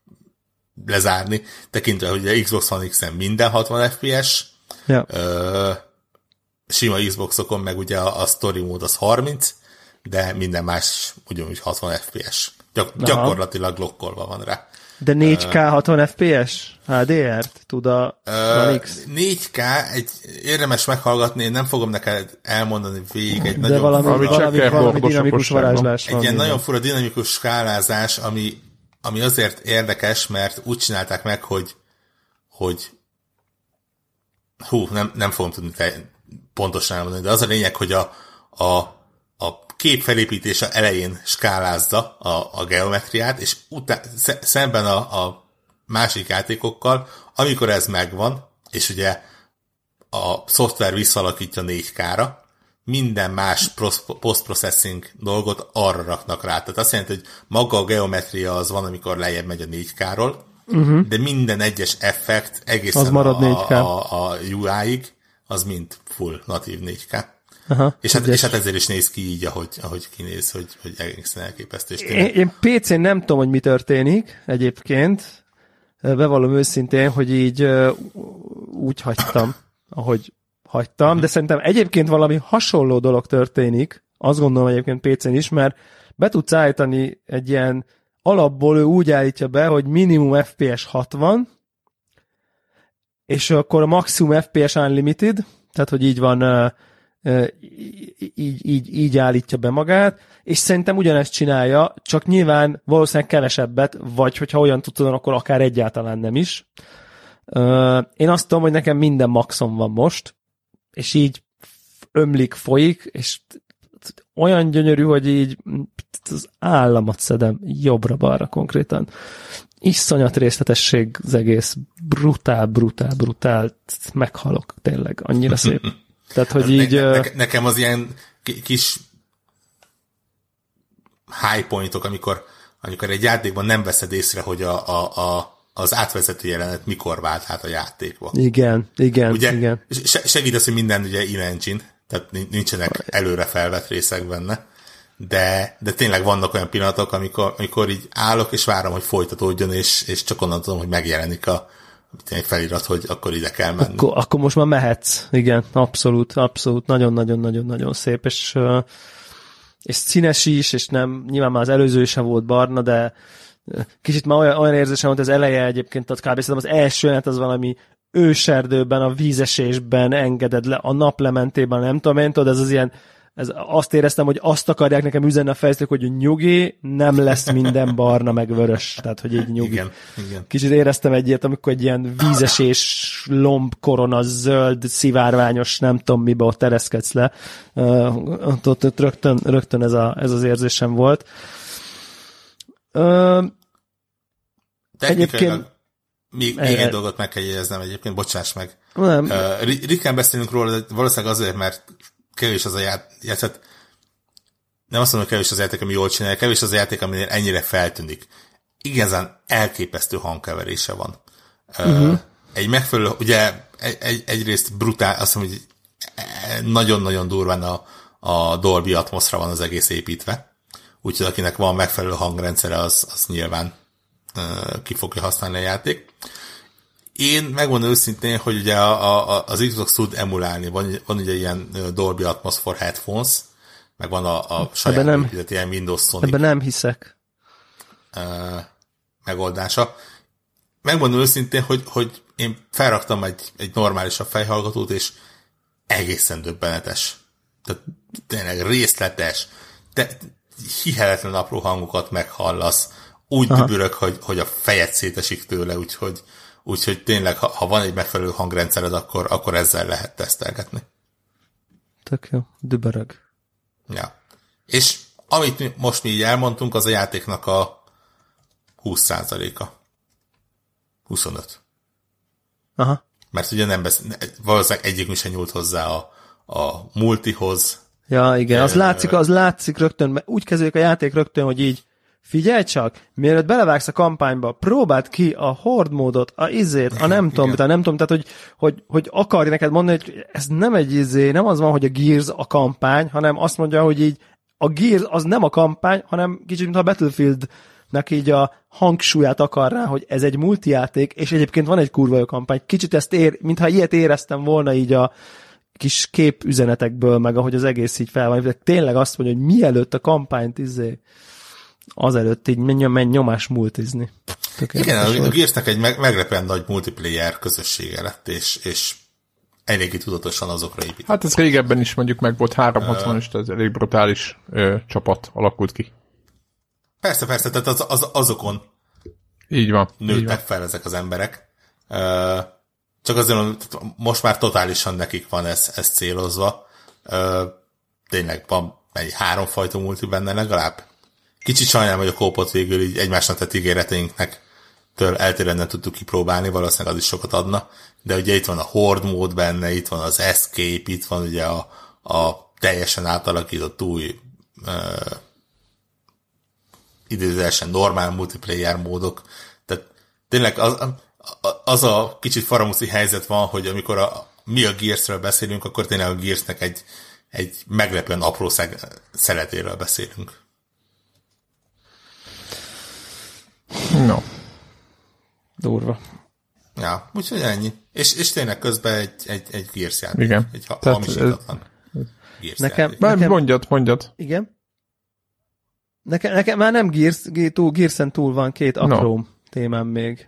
lezárni, tekintve, hogy a Xbox One X-en minden hatvan ef pé es, ja. ö, sima Xboxokon meg ugye a, a story mód az harminc, de minden más ugyanúgy hatvan ef pé es. Gyak, gyakorlatilag lokkolva van rá. De négy ká hatvan ef pé es há dé er-t tud a uh, négy ká, egy, érdemes meghallgatni, én nem fogom neked elmondani végig egy de nagyon valami, fura, valami, valami dinamikus varázslás van. Egy ilyen nagyon fura dinamikus skálázás, ami, ami azért érdekes, mert úgy csinálták meg, hogy, hogy hú, nem, nem fogom tudni pontosan elmondani, de az a lényeg, hogy a, a, a kép felépítése elején skálázza a, a geometriát, és utá- szemben a, a másik játékokkal, amikor ez megvan, és ugye a szoftver visszalakítja négy ká-ra, minden más post-processing dolgot arra raknak rá. Tehát azt jelenti, hogy maga a geometria az van, amikor lejjebb megy a négy ká-ról, uh-huh. de minden egyes effekt egészen az marad négy ká. A, a, a u í-ig, az mind full natív négy ká. Aha, és, hát, és hát ezért is néz ki így, ahogy, ahogy kinéz, hogy, hogy egészen elképesztő. Én, én pé cén nem tudom, hogy mi történik egyébként. Bevallom őszintén, hogy így úgy hagytam, ahogy hagytam, de szerintem egyébként valami hasonló dolog történik, azt gondolom egyébként pé cén is, mert be tudsz állítani egy ilyen alapból, ő úgy állítja be, hogy minimum ef pé es hatvan, és akkor a maximum ef pé es unlimited, tehát hogy így van, így, így, így állítja be magát, és szerintem ugyanezt csinálja, csak nyilván valószínűleg kevesebbet, vagy hogyha olyan tudod, akkor akár egyáltalán nem is. Én azt tudom, hogy nekem minden maxon van most, és így ömlik, folyik, és olyan gyönyörű, hogy így az államat szedem jobbra-balra konkrétan. Iszonyat részletesség az egész. Brutál, brutál, brutál. Meghalok tényleg. Annyira szép. Tehát, hogy így... Ne, ne, nekem az ilyen kis high pointok, amikor, amikor egy játékban nem veszed észre, hogy a, a, a az átvezető jelenet mikor vált át a játékba. Igen, igen, ugye, igen. Segít az, hogy minden ugye in-engine, tehát nincsenek előre felvett részek benne, de, de tényleg vannak olyan pillanatok, amikor, amikor így állok, és várom, hogy folytatódjon, és, és csak onnan tudom, hogy megjelenik a egy felirat, hogy akkor ide kell menni. Akkor, akkor most már mehetsz. Igen, abszolút, abszolút. Nagyon-nagyon-nagyon-nagyon szép, és, és színes is, és nem, nyilván már az előző sem volt barna, de kicsit már olyan, olyan érzésem volt, az eleje egyébként, az kb. Az első jelenet az valami őserdőben, a vízesésben engeded le, a naplementében, nem tudom én, tudod, ez az ilyen, ez azt éreztem, hogy azt akarják nekem üzenni a fejlesztők, hogy nyugi, nem lesz minden barna meg vörös, tehát hogy így nyugi. Igen, igen. Kicsit éreztem egy ilyet, amikor egy ilyen vízesés, lomb, korona, zöld, szivárványos, nem tudom mibe ott ereszkedsz le. Uh, ott, ott, ott rögtön, rögtön ez, a, ez az érzésem volt. Uh, egyébként még, még egy dolgot meg kell jegyeznem egyébként, bocsáss meg. Nem. Uh, ritkán beszélünk róla, de valószínűleg azért, mert kevés az a játék, nem azt mondom, hogy kevés az a játék, ami jól csinálja, kevés az a játék, aminél ennyire feltűnik. Igazán elképesztő hangkeverése van. Uh-huh. Uh, egy megfelelő, ugye egy, egy, egyrészt brutál, azt mondom, hogy nagyon-nagyon durván a, a Dolby Atmosra van az egész építve. Úgyhogy akinek van megfelelő hangrendszere, az, az nyilván uh, ki fogja használni a játék. Én megmondom őszintén, hogy ugye a, a, az Xbox tud emulálni. Van, van ugye ilyen Dolby Atmos for Headphones, meg van a, a saját nem, épület, ilyen Windows Sonic. Ebben nem hiszek. Uh, megoldása. Megmondom őszintén, hogy, hogy én felraktam egy, egy normálisabb fejhallgatót, és egészen döbbenetes. Tehát tényleg részletes. De hihetetlen apró hangokat meghallasz. Úgy dübörög, hogy, hogy a fejed szétesik tőle, úgyhogy, úgyhogy tényleg, ha, ha van egy megfelelő hangrendszered, akkor, akkor ezzel lehet tesztelgetni. Tök jó, dübörög. Ja. És amit most mi így elmondtunk, az a játéknak a húsz százaléka. huszonöt. Aha. Mert ugye nem besz... valószínűleg egyikünk sem nyúlt hozzá a, a multihoz. Ja, igen, az látszik, az látszik rögtön, mert úgy kezdődik a játék rögtön, hogy így figyelj csak, mielőtt belevágsz a kampányba, próbáld ki a horde módot, a izét, a nem tudom, a nem tudom, tehát hogy, hogy, hogy akarj neked mondani, hogy ez nem egy izé, nem az van, hogy a Gears a kampány, hanem azt mondja, hogy így a Gears az nem a kampány, hanem kicsit, mint a Battlefieldnek így a hangsúlyát akar rá, hogy ez egy multijáték, és egyébként van egy kurva jó kampány. Kicsit ezt ér, mintha ilyet éreztem volna így a kis képüzenetekből, meg ahogy az egész így fel van. Tényleg azt mondja, hogy mielőtt a kampányt izé, azelőtt így menj nyomás multizni. Igen, a Gearsnek egy meglepően nagy multiplayer közössége lett, és, és eléggé tudatosan azokra épít. Hát ez régebben is mondjuk meg volt háromszázhatvan, és ez elég brutális ö, csapat alakult ki. Persze, persze, tehát az, az, azokon így van, nőttek így van. fel ezek az emberek. Uh, csak azért most már totálisan nekik van ez, ez célozva. Ö, tényleg van egy háromfajta multi benne legalább. Kicsit sajnálom, hogy a kópot végül így egymásnak tett ígéreteinknek től eltérően nem tudtuk kipróbálni, valószínűleg az is sokat adna, de ugye itt van a Horde mód benne, itt van az Escape, itt van ugye a, a teljesen átalakított új uh, idézőesen normál multiplayer módok, tehát tényleg az, az a kicsit faramuszi helyzet van, hogy amikor a, mi a Gearsről beszélünk, akkor tényleg a Gearsnek egy, egy meglepően apró szeg- szeletéről beszélünk. No. Durva. Ja, úgyhogy ennyi. És, és tényleg közben egy, egy, egy Gears játék. Igen. Egy ha- hamisítatlan Gears nekem, játék. nekem, mondjad, mondjad. Igen. Nekem, nekem már nem Gears, túl, Gearsen túl van két apró no. témám még.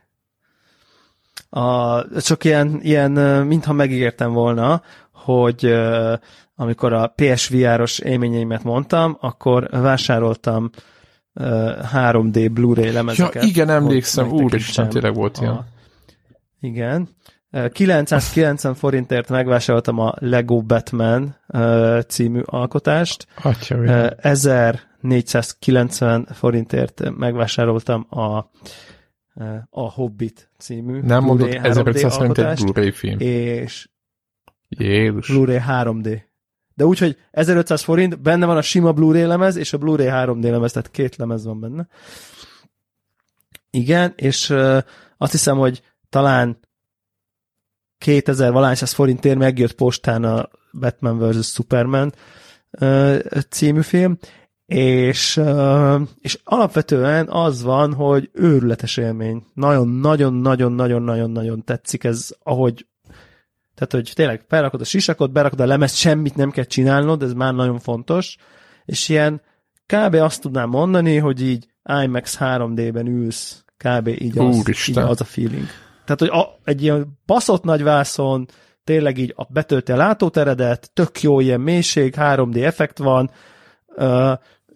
A, csak ilyen, ilyen, mintha megígértem volna, hogy uh, amikor a pé es vé er-os élményeimet mondtam, akkor vásároltam uh, három dé Blu-ray lemezeket. Ja, igen, emlékszem, úristen, tényleg volt ilyen. A, igen. kilencszázkilencven forintért megvásároltam a Lego Batman uh, című alkotást. Atya, uh, ezernégyszázkilencven forintért megvásároltam a a Hobbit című nem mondod ezerötszáz forintért Blu-ray film. És Jézus. Blu-ray három dé. De úgy, hogy ezerötszáz forint, benne van a sima Blu-ray lemez, és a Blu-ray három dé lemez, tehát két lemez van benne. Igen, és uh, azt hiszem, hogy talán kétezer valahányszáz forintért megjött postán a Batman versus. Superman uh, című film, és, uh, és alapvetően az van, hogy őrületes élmény. Nagyon-nagyon-nagyon-nagyon-nagyon-nagyon tetszik ez, ahogy tehát, hogy tényleg felrakod a sisakot, berakod a lemezt, semmit nem kell csinálnod, ez már nagyon fontos, és ilyen kb. Azt tudnám mondani, hogy így IMAX három dé-ben ülsz, kb. Így az, így az a feeling. Tehát, hogy a, egy ilyen baszott nagy vászon, tényleg így a betölti a látóteredet, tök jó ilyen mélység, három dé effekt van, uh,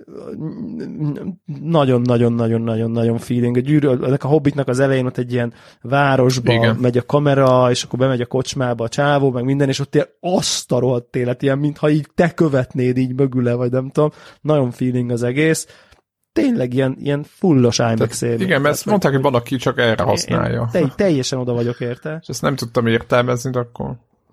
nagyon-nagyon-nagyon-nagyon-nagyon feeling. A gyűrű, ennek a Hobbitnak az elején ott egy ilyen városba igen. megy a kamera, és akkor bemegy a kocsmába a csávó, meg minden, és ott ilyen azt a rohadt élet, ilyen, mintha így te követnéd így mögüle, vagy nem tudom. Nagyon feeling az egész. Tényleg ilyen, ilyen fullos IMAX élmény. Igen, mert ezt mondták, hogy valaki csak erre használja. Te, teljesen oda vagyok érte. És ezt nem tudtam értelmezni, de akkor...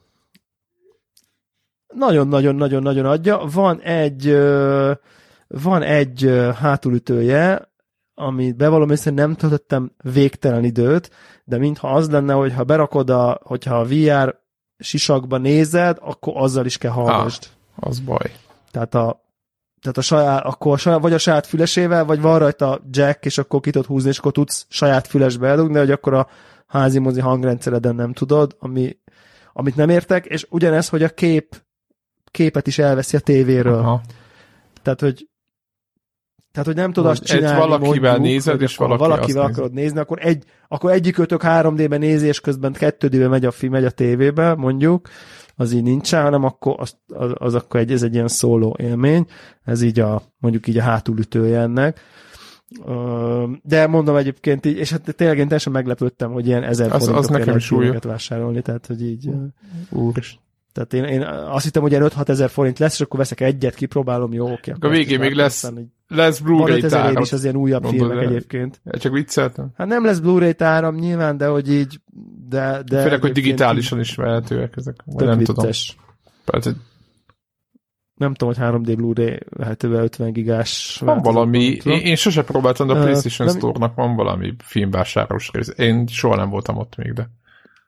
Nagyon-nagyon-nagyon-nagyon adja. Van egy... Ö... Van egy uh, hátulütője, amit bevallom össze, nem töltöttem végtelen időt, de mintha az lenne, hogy ha berakod a, hogyha a vé er sisakba nézed, akkor azzal is kell hallgasd. Ah, az baj. Tehát a, tehát a saját, akkor a saját, vagy a saját fülesével, vagy van rajta jack, és akkor ki tudod húzni, és akkor tudsz saját fülesbe eldugni, hogy akkor a házi mozi hangrendszereden nem tudod, ami, amit nem értek, és ugyanez, hogy a kép, képet is elveszi a tévéről. Aha. Tehát, hogy Tehát, hogy nem tudod azt csinálni, valakivel mondjuk, nézed, és valaki valakivel akarod nézni, nézni, akkor, egy, akkor egyikőtök három dé-ben nézi, és közben kettő dé-ben megy a film, megy a tévébe, mondjuk, az így nincsen, hanem akkor az, az, az akkor egy, ez egy ilyen szóló élmény, ez így a, mondjuk így a hátulütője ennek. De mondom egyébként így, és hát tényleg én teljesen meglepődtem, hogy ilyen ezer forintokért lehet filmeket vásárolni, tehát, hogy így... Úristen. Tehát én, én azt hittem, hogy ilyen öt-hat ezer forint lesz, és akkor veszek egyet, kipróbálom, jó, oké. A végén még lesz, aztán, lesz Blu-ray táram. Van is az ilyen újabb mondod, filmek el. Egyébként. Csak vicceltem. Hát nem lesz Blu-ray táram nyilván, de hogy így... De, de főleg, hogy digitálisan is vehetőek ezek. Nem vicces. tudom. Nem tudom, hogy három dé Blu-ray vehetővel ötven gigás. Van valami, én, én sose próbáltam, de a PlayStation uh, Store-nak van valami filmvásárlós rész. Én soha nem voltam ott még, de...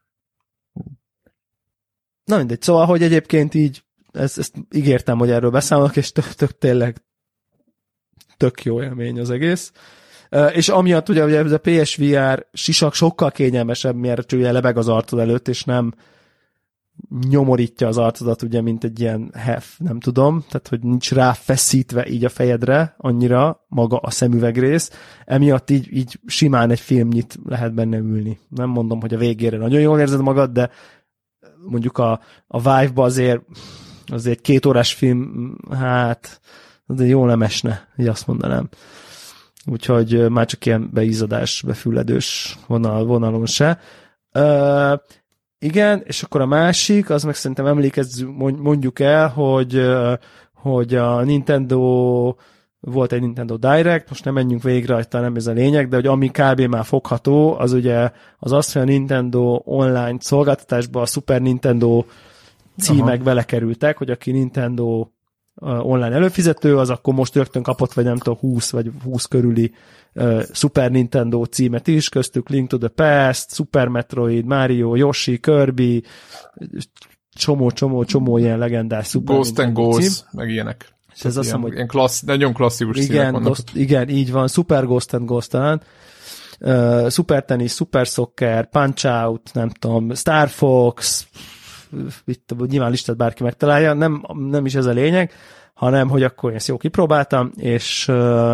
Na mindegy, szóval, hogy egyébként így ezt, ezt ígértem, hogy erről beszámolok, és tök, tök tényleg tök jó élmény az egész. Uh, és amiatt ugye, ugye ez a pé es vé er sisak sokkal kényelmesebb, mert ugye lebeg az arcod előtt, és nem nyomorítja az arcodat, ugye, mint egy ilyen hef, nem tudom, tehát, hogy nincs rá feszítve így a fejedre annyira maga a szemüvegrész, emiatt így, így simán egy filmnyit lehet benne ülni. Nem mondom, hogy a végére nagyon jól érzed magad, de mondjuk a, a Vive-ba azért, azért két órás film, hát azért jól nem esne, így azt mondanám. Úgyhogy már csak ilyen beízadás, befülledős vonal, vonalon se. igen, és akkor a másik, az meg szerintem emlékezzünk, mondjuk el, hogy, hogy a Nintendo, volt egy Nintendo Direct, most nem menjünk végig rajta, nem ez a lényeg, de hogy ami kb. Már fogható, az ugye az az, hogy a Nintendo online szolgáltatásba a Super Nintendo címek Aha. belekerültek, hogy aki Nintendo online előfizető, az akkor most rögtön kapott, vagy nem tudom, húsz vagy húsz körüli uh, Super Nintendo címet is, köztük Link to the Past, Super Metroid, Mario, Yoshi, Kirby, csomó, csomó, csomó ilyen legendás Super Ghost Nintendo and cím. Ghost, meg ilyenek. És ez azt mondom, hogy... Ilyen klassz, nagyon klasszikus igen, színek vannak. Ghost, igen, így van, Super Ghost and Ghost talán, uh, Super Tennis, Super Soccer, Punch Out, nem tudom, Star Fox, itt nyilván listát bárki megtalálja, nem, nem is ez a lényeg, hanem, hogy akkor ezt jó kipróbáltam, és,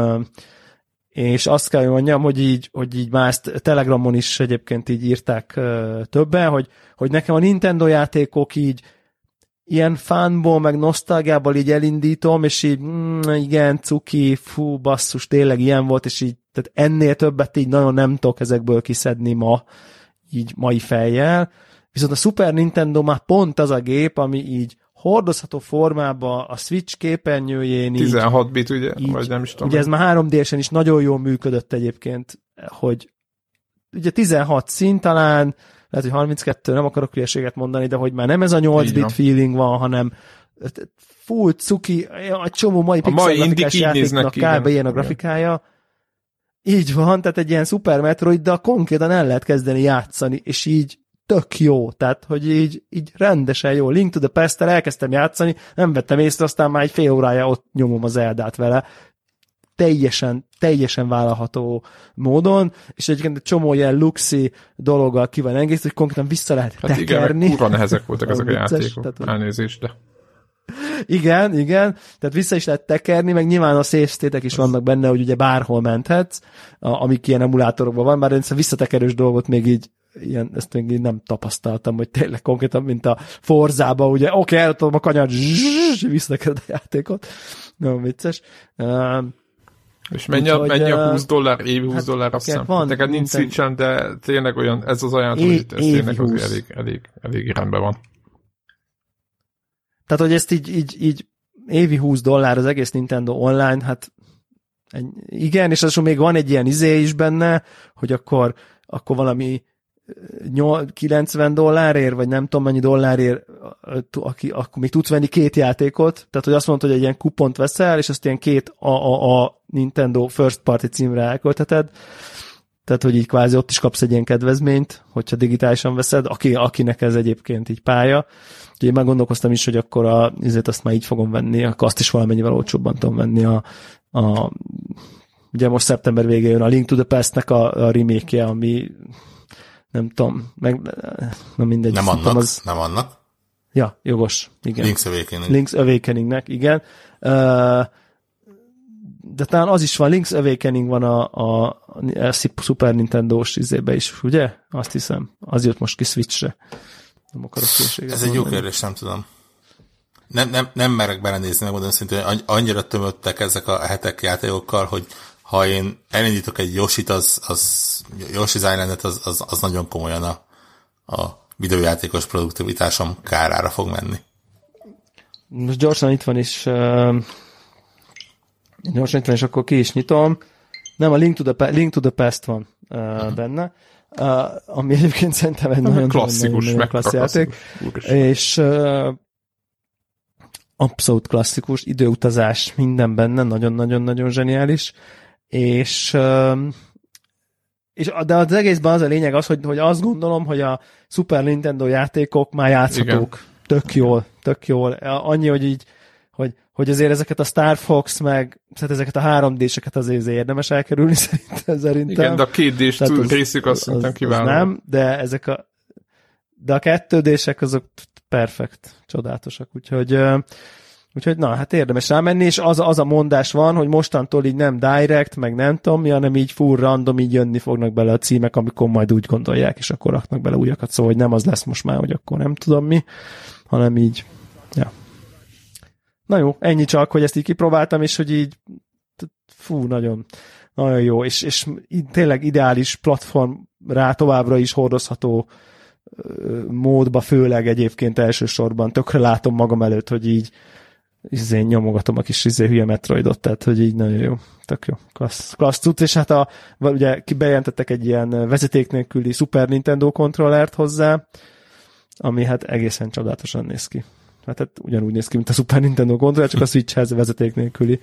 és azt kell, hogy mondjam, hogy így, hogy így már ezt Telegramon is egyébként így írták többen, hogy, hogy nekem a Nintendo játékok így ilyen fánból, meg nosztalgiából így elindítom, és így mm, igen, cuki, fú, basszus, tényleg ilyen volt, és így tehát ennél többet így nagyon nem tudok ezekből kiszedni ma, így mai fejjel. Viszont a Super Nintendo már pont az a gép, ami így hordozható formában a Switch képernyőjén így... tizenhat bit, ugye? Így, vagy nem is tudom. Ugye ez már három dé-esen is nagyon jól működött egyébként, hogy ugye tizenhat szín talán, lehet, hogy harminckettő, nem akarok hülyeséget mondani, de hogy már nem ez a nyolc bit feeling van, hanem full cuki, egy csomó mai pixel grafikás játéknak kb. Ilyen a grafikája. Így van, tehát egy ilyen Super Metroid, de konkrétan el lehet kezdeni játszani, és így tök jó, tehát, hogy így, így rendesen jó. Link to the Past-tel elkezdtem játszani, nem vettem észre, aztán már egy fél órája ott nyomom az Zeldát vele. Teljesen, teljesen vállalható módon, és egyébként egy csomó ilyen luxi dologgal ki van egész, hogy konkrétan vissza lehet hát tekerni. Igen, kurva nehezek voltak ezek a játékok. Tehát, elnézést, de... Igen, igen, tehát vissza is lehet tekerni, meg nyilván a save state-ek is vannak benne, hogy ugye bárhol menthetsz, amik ilyen emulátorokban van, bár én visszatekerős dolgot még így ilyen, ezt még így nem tapasztaltam, hogy tényleg konkrétan, mint a Forzába, ugye, oké, okay, eltudom a kanyar, visszatekered a játékot. Nagyon vicces. Uh, és mennyi a, mennyi a húsz dollár, évi húsz hát, dollár, azt hiszem. Van, neked nincs Switchen, de tényleg olyan, ez az ajánló, hogy ez tényleg az elég, elég, elég rendben van. Tehát, hogy ezt így, így, így évi húsz dollár az egész Nintendo online, hát igen, és azon még van egy ilyen izé is benne, hogy akkor, akkor valami kilencven dollárért, vagy nem tudom mennyi dollárért, aki, akkor még tudsz venni két játékot, tehát hogy azt mondod, hogy egy ilyen kupont veszel, és azt ilyen két a, a, a Nintendo First Party címre elköltheted, tehát hogy így kvázi ott is kapsz egy ilyen kedvezményt, hogyha digitálisan veszed, aki, akinek ez egyébként így pálya. Úgyhogy én meggondolkoztam is, hogy akkor a, ezért azt már így fogom venni, akkor azt is valamennyivel olcsóbban tudom venni a, a ugye most szeptember végén jön a Link to the Past-nek a, a remake-je, ami nem tudom, meg na mindegy. Nem annak, az... nem annak. Ja, jogos, igen. Link's Awakening. Link's Awakeningnek, igen. Uh, de talán az is van, Link's Awakening van a, a, a Super Nintendo-s izébe is, ugye? Azt hiszem. Az jött most ki Switchre. Nem akarok készséget. Ez egy jó kérdés, nem tudom. Nem, nem, nem merek belenézni, megmondom szintén, hogy annyira tömöttek ezek a hetek játékokkal, hogy ha én elindítok egy Yoshi-t, az, az Yoshi's Island-et, az, az, az nagyon komolyan a, a videójátékos produktivitásom kárára fog menni. Most gyorsan itt van is uh, gyorsan itt van, és akkor ki is nyitom. Nem, a Link to the, Link to the Past van uh, uh-huh. benne, uh, ami egyébként szerintem egy nagyon, klasszikus, nagyon, nagyon klassz játék. És uh, abszolút klasszikus, időutazás, minden benne, nagyon-nagyon-nagyon zseniális. És, és de az egészben az a lényeg az, hogy, hogy azt gondolom, hogy a Super Nintendo játékok már játszhatók. Igen. Tök jól, tök jól. Annyi, hogy így, hogy, hogy azért ezeket a Star Fox, meg ezeket a három dé-seket azért érdemes elkerülni szerintem. szerintem. Igen, de a két dés részük azt szerintem kiváló. Nem, de ezek a de a kettő dé-sek azok perfekt, csodálatosak. Úgyhogy Úgyhogy na, hát érdemes rámenni, és az, az a mondás van, hogy mostantól így nem direct, meg nem tudom mi, hanem így full random, így jönni fognak bele a címek, amikor majd úgy gondolják, és akkor raknak bele újakat, szóval hogy nem az lesz most már, hogy akkor nem tudom mi, hanem így, ja. Na jó, ennyi csak, hogy ezt így kipróbáltam, és hogy így fú, nagyon, nagyon jó, és, és tényleg ideális platform rá továbbra is hordozható módba, főleg egyébként elsősorban tökre látom magam előtt, hogy így én nyomogatom a kis izé, hülye Metroidot, tehát hogy így nagyon jó, tök jó, klassz, klassz cucc, és hát a, ugye bejelentettek egy ilyen vezeték nélküli Super Nintendo kontrollert hozzá, ami hát egészen csodálatosan néz ki. Hát, hát ugyanúgy néz ki, mint a Super Nintendo kontroller, csak a Switchhez vezeték nélküli.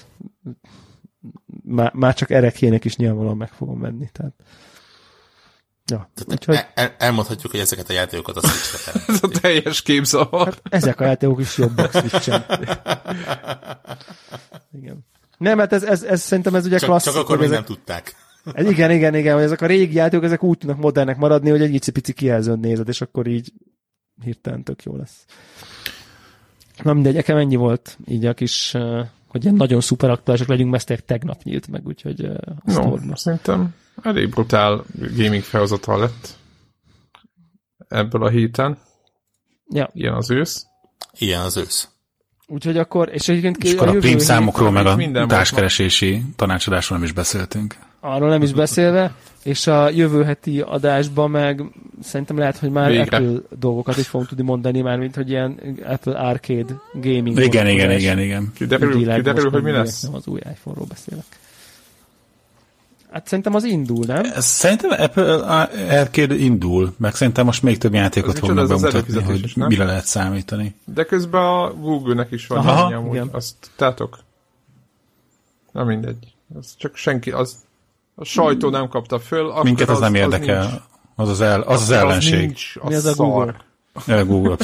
Már, már csak erekjének is nyilvánvalóan meg fogom venni, tehát ja, úgyhogy... el, el, elmondhatjuk, hogy ezeket a játékokat a Switch-re. Ez a teljes képzavar. Hát ezek a játékok is jobbak Switch-en. Igen. Nem, hát ez, ez, ez szerintem ez ugye csak, klasszik. Csak akkor még ezek... nem tudták. Ez, igen, igen, igen, hogy ezek a régi játékok, ezek úgy tudnak modernek maradni, hogy egy icipici kijelzőn nézed, és akkor így hirtelen tök jó lesz. Na mindegy, nekem ennyi volt így a kis, hogy ilyen nagyon szuper aktuálisak legyünk, mert ezt tegnap nyílt meg, úgyhogy azt no, szerintem elég brutál gaming felhozatal lett ebből a héten. Ja. Ilyen az ősz. Ilyen az ősz. Úgyhogy akkor, és egyébként és akkor a, a prim számokról, meg a társkeresési tanácsadásról nem is beszéltünk. Arról nem is beszélve, és a jövő heti adásban meg szerintem lehet, hogy már Végre. Apple dolgokat is fogunk tudni mondani, már mint hogy ilyen Apple Arcade gaming. Igen, igen, igen, igen. Kiderül, kiderül hogy mi lesz? Nem az új iPhone-ról beszélek. Hát szerintem az indul, nem? Szerintem Apple Arcade indul, meg szerintem most még több játékot fognak bemutatni, hogy nem? Mire lehet számítani. De közben a Google-nek is van Aha, annyi amúgy. Azt tátok? Na mindegy. Az csak senki, az a sajtó nem kapta föl. Minket az, az nem érdekel. Az, az, az, el, az, az ellenség. Az nincs, az mi az a Google? A Google.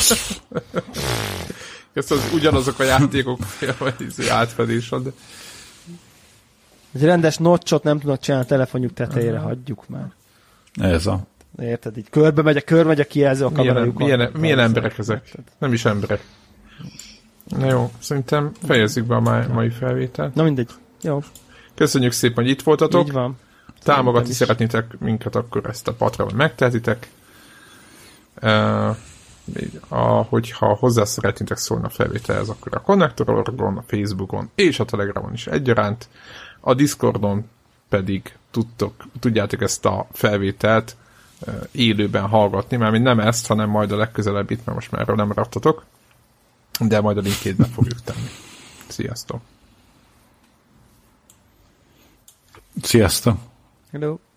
Ez az ugyanazok a játékok, hogy átfedés van, de... Egy rendes notchot nem tudnak csinálni a telefonjuk tetejére, uh-huh. hagyjuk már. Ez a... Érted, így körbe megy a, körbe megy a kijelző a kamerajukon. Milyen, milyen, milyen emberek ezek? Érted? Nem is emberek. Na jó, szerintem fejezzük be a mai, mai felvételt. Na mindegy, jó. Köszönjük szépen, hogy itt voltatok. Így van. Támogatni szeretnétek minket, akkor ezt a Patreon megtehetitek. Uh, a, hogyha hozzá szeretnétek szólni a felvételhez, akkor a Connector-orgon, a Facebookon és a Telegramon is egyaránt. A Discordon pedig tudtok, tudjátok ezt a felvételt uh, élőben hallgatni, mert nem ezt, hanem majd a legközelebb itt, mert most már erről nem raktatok, de majd a linkjét be fogjuk tenni. Sziasztok! Sziasztok! Hello!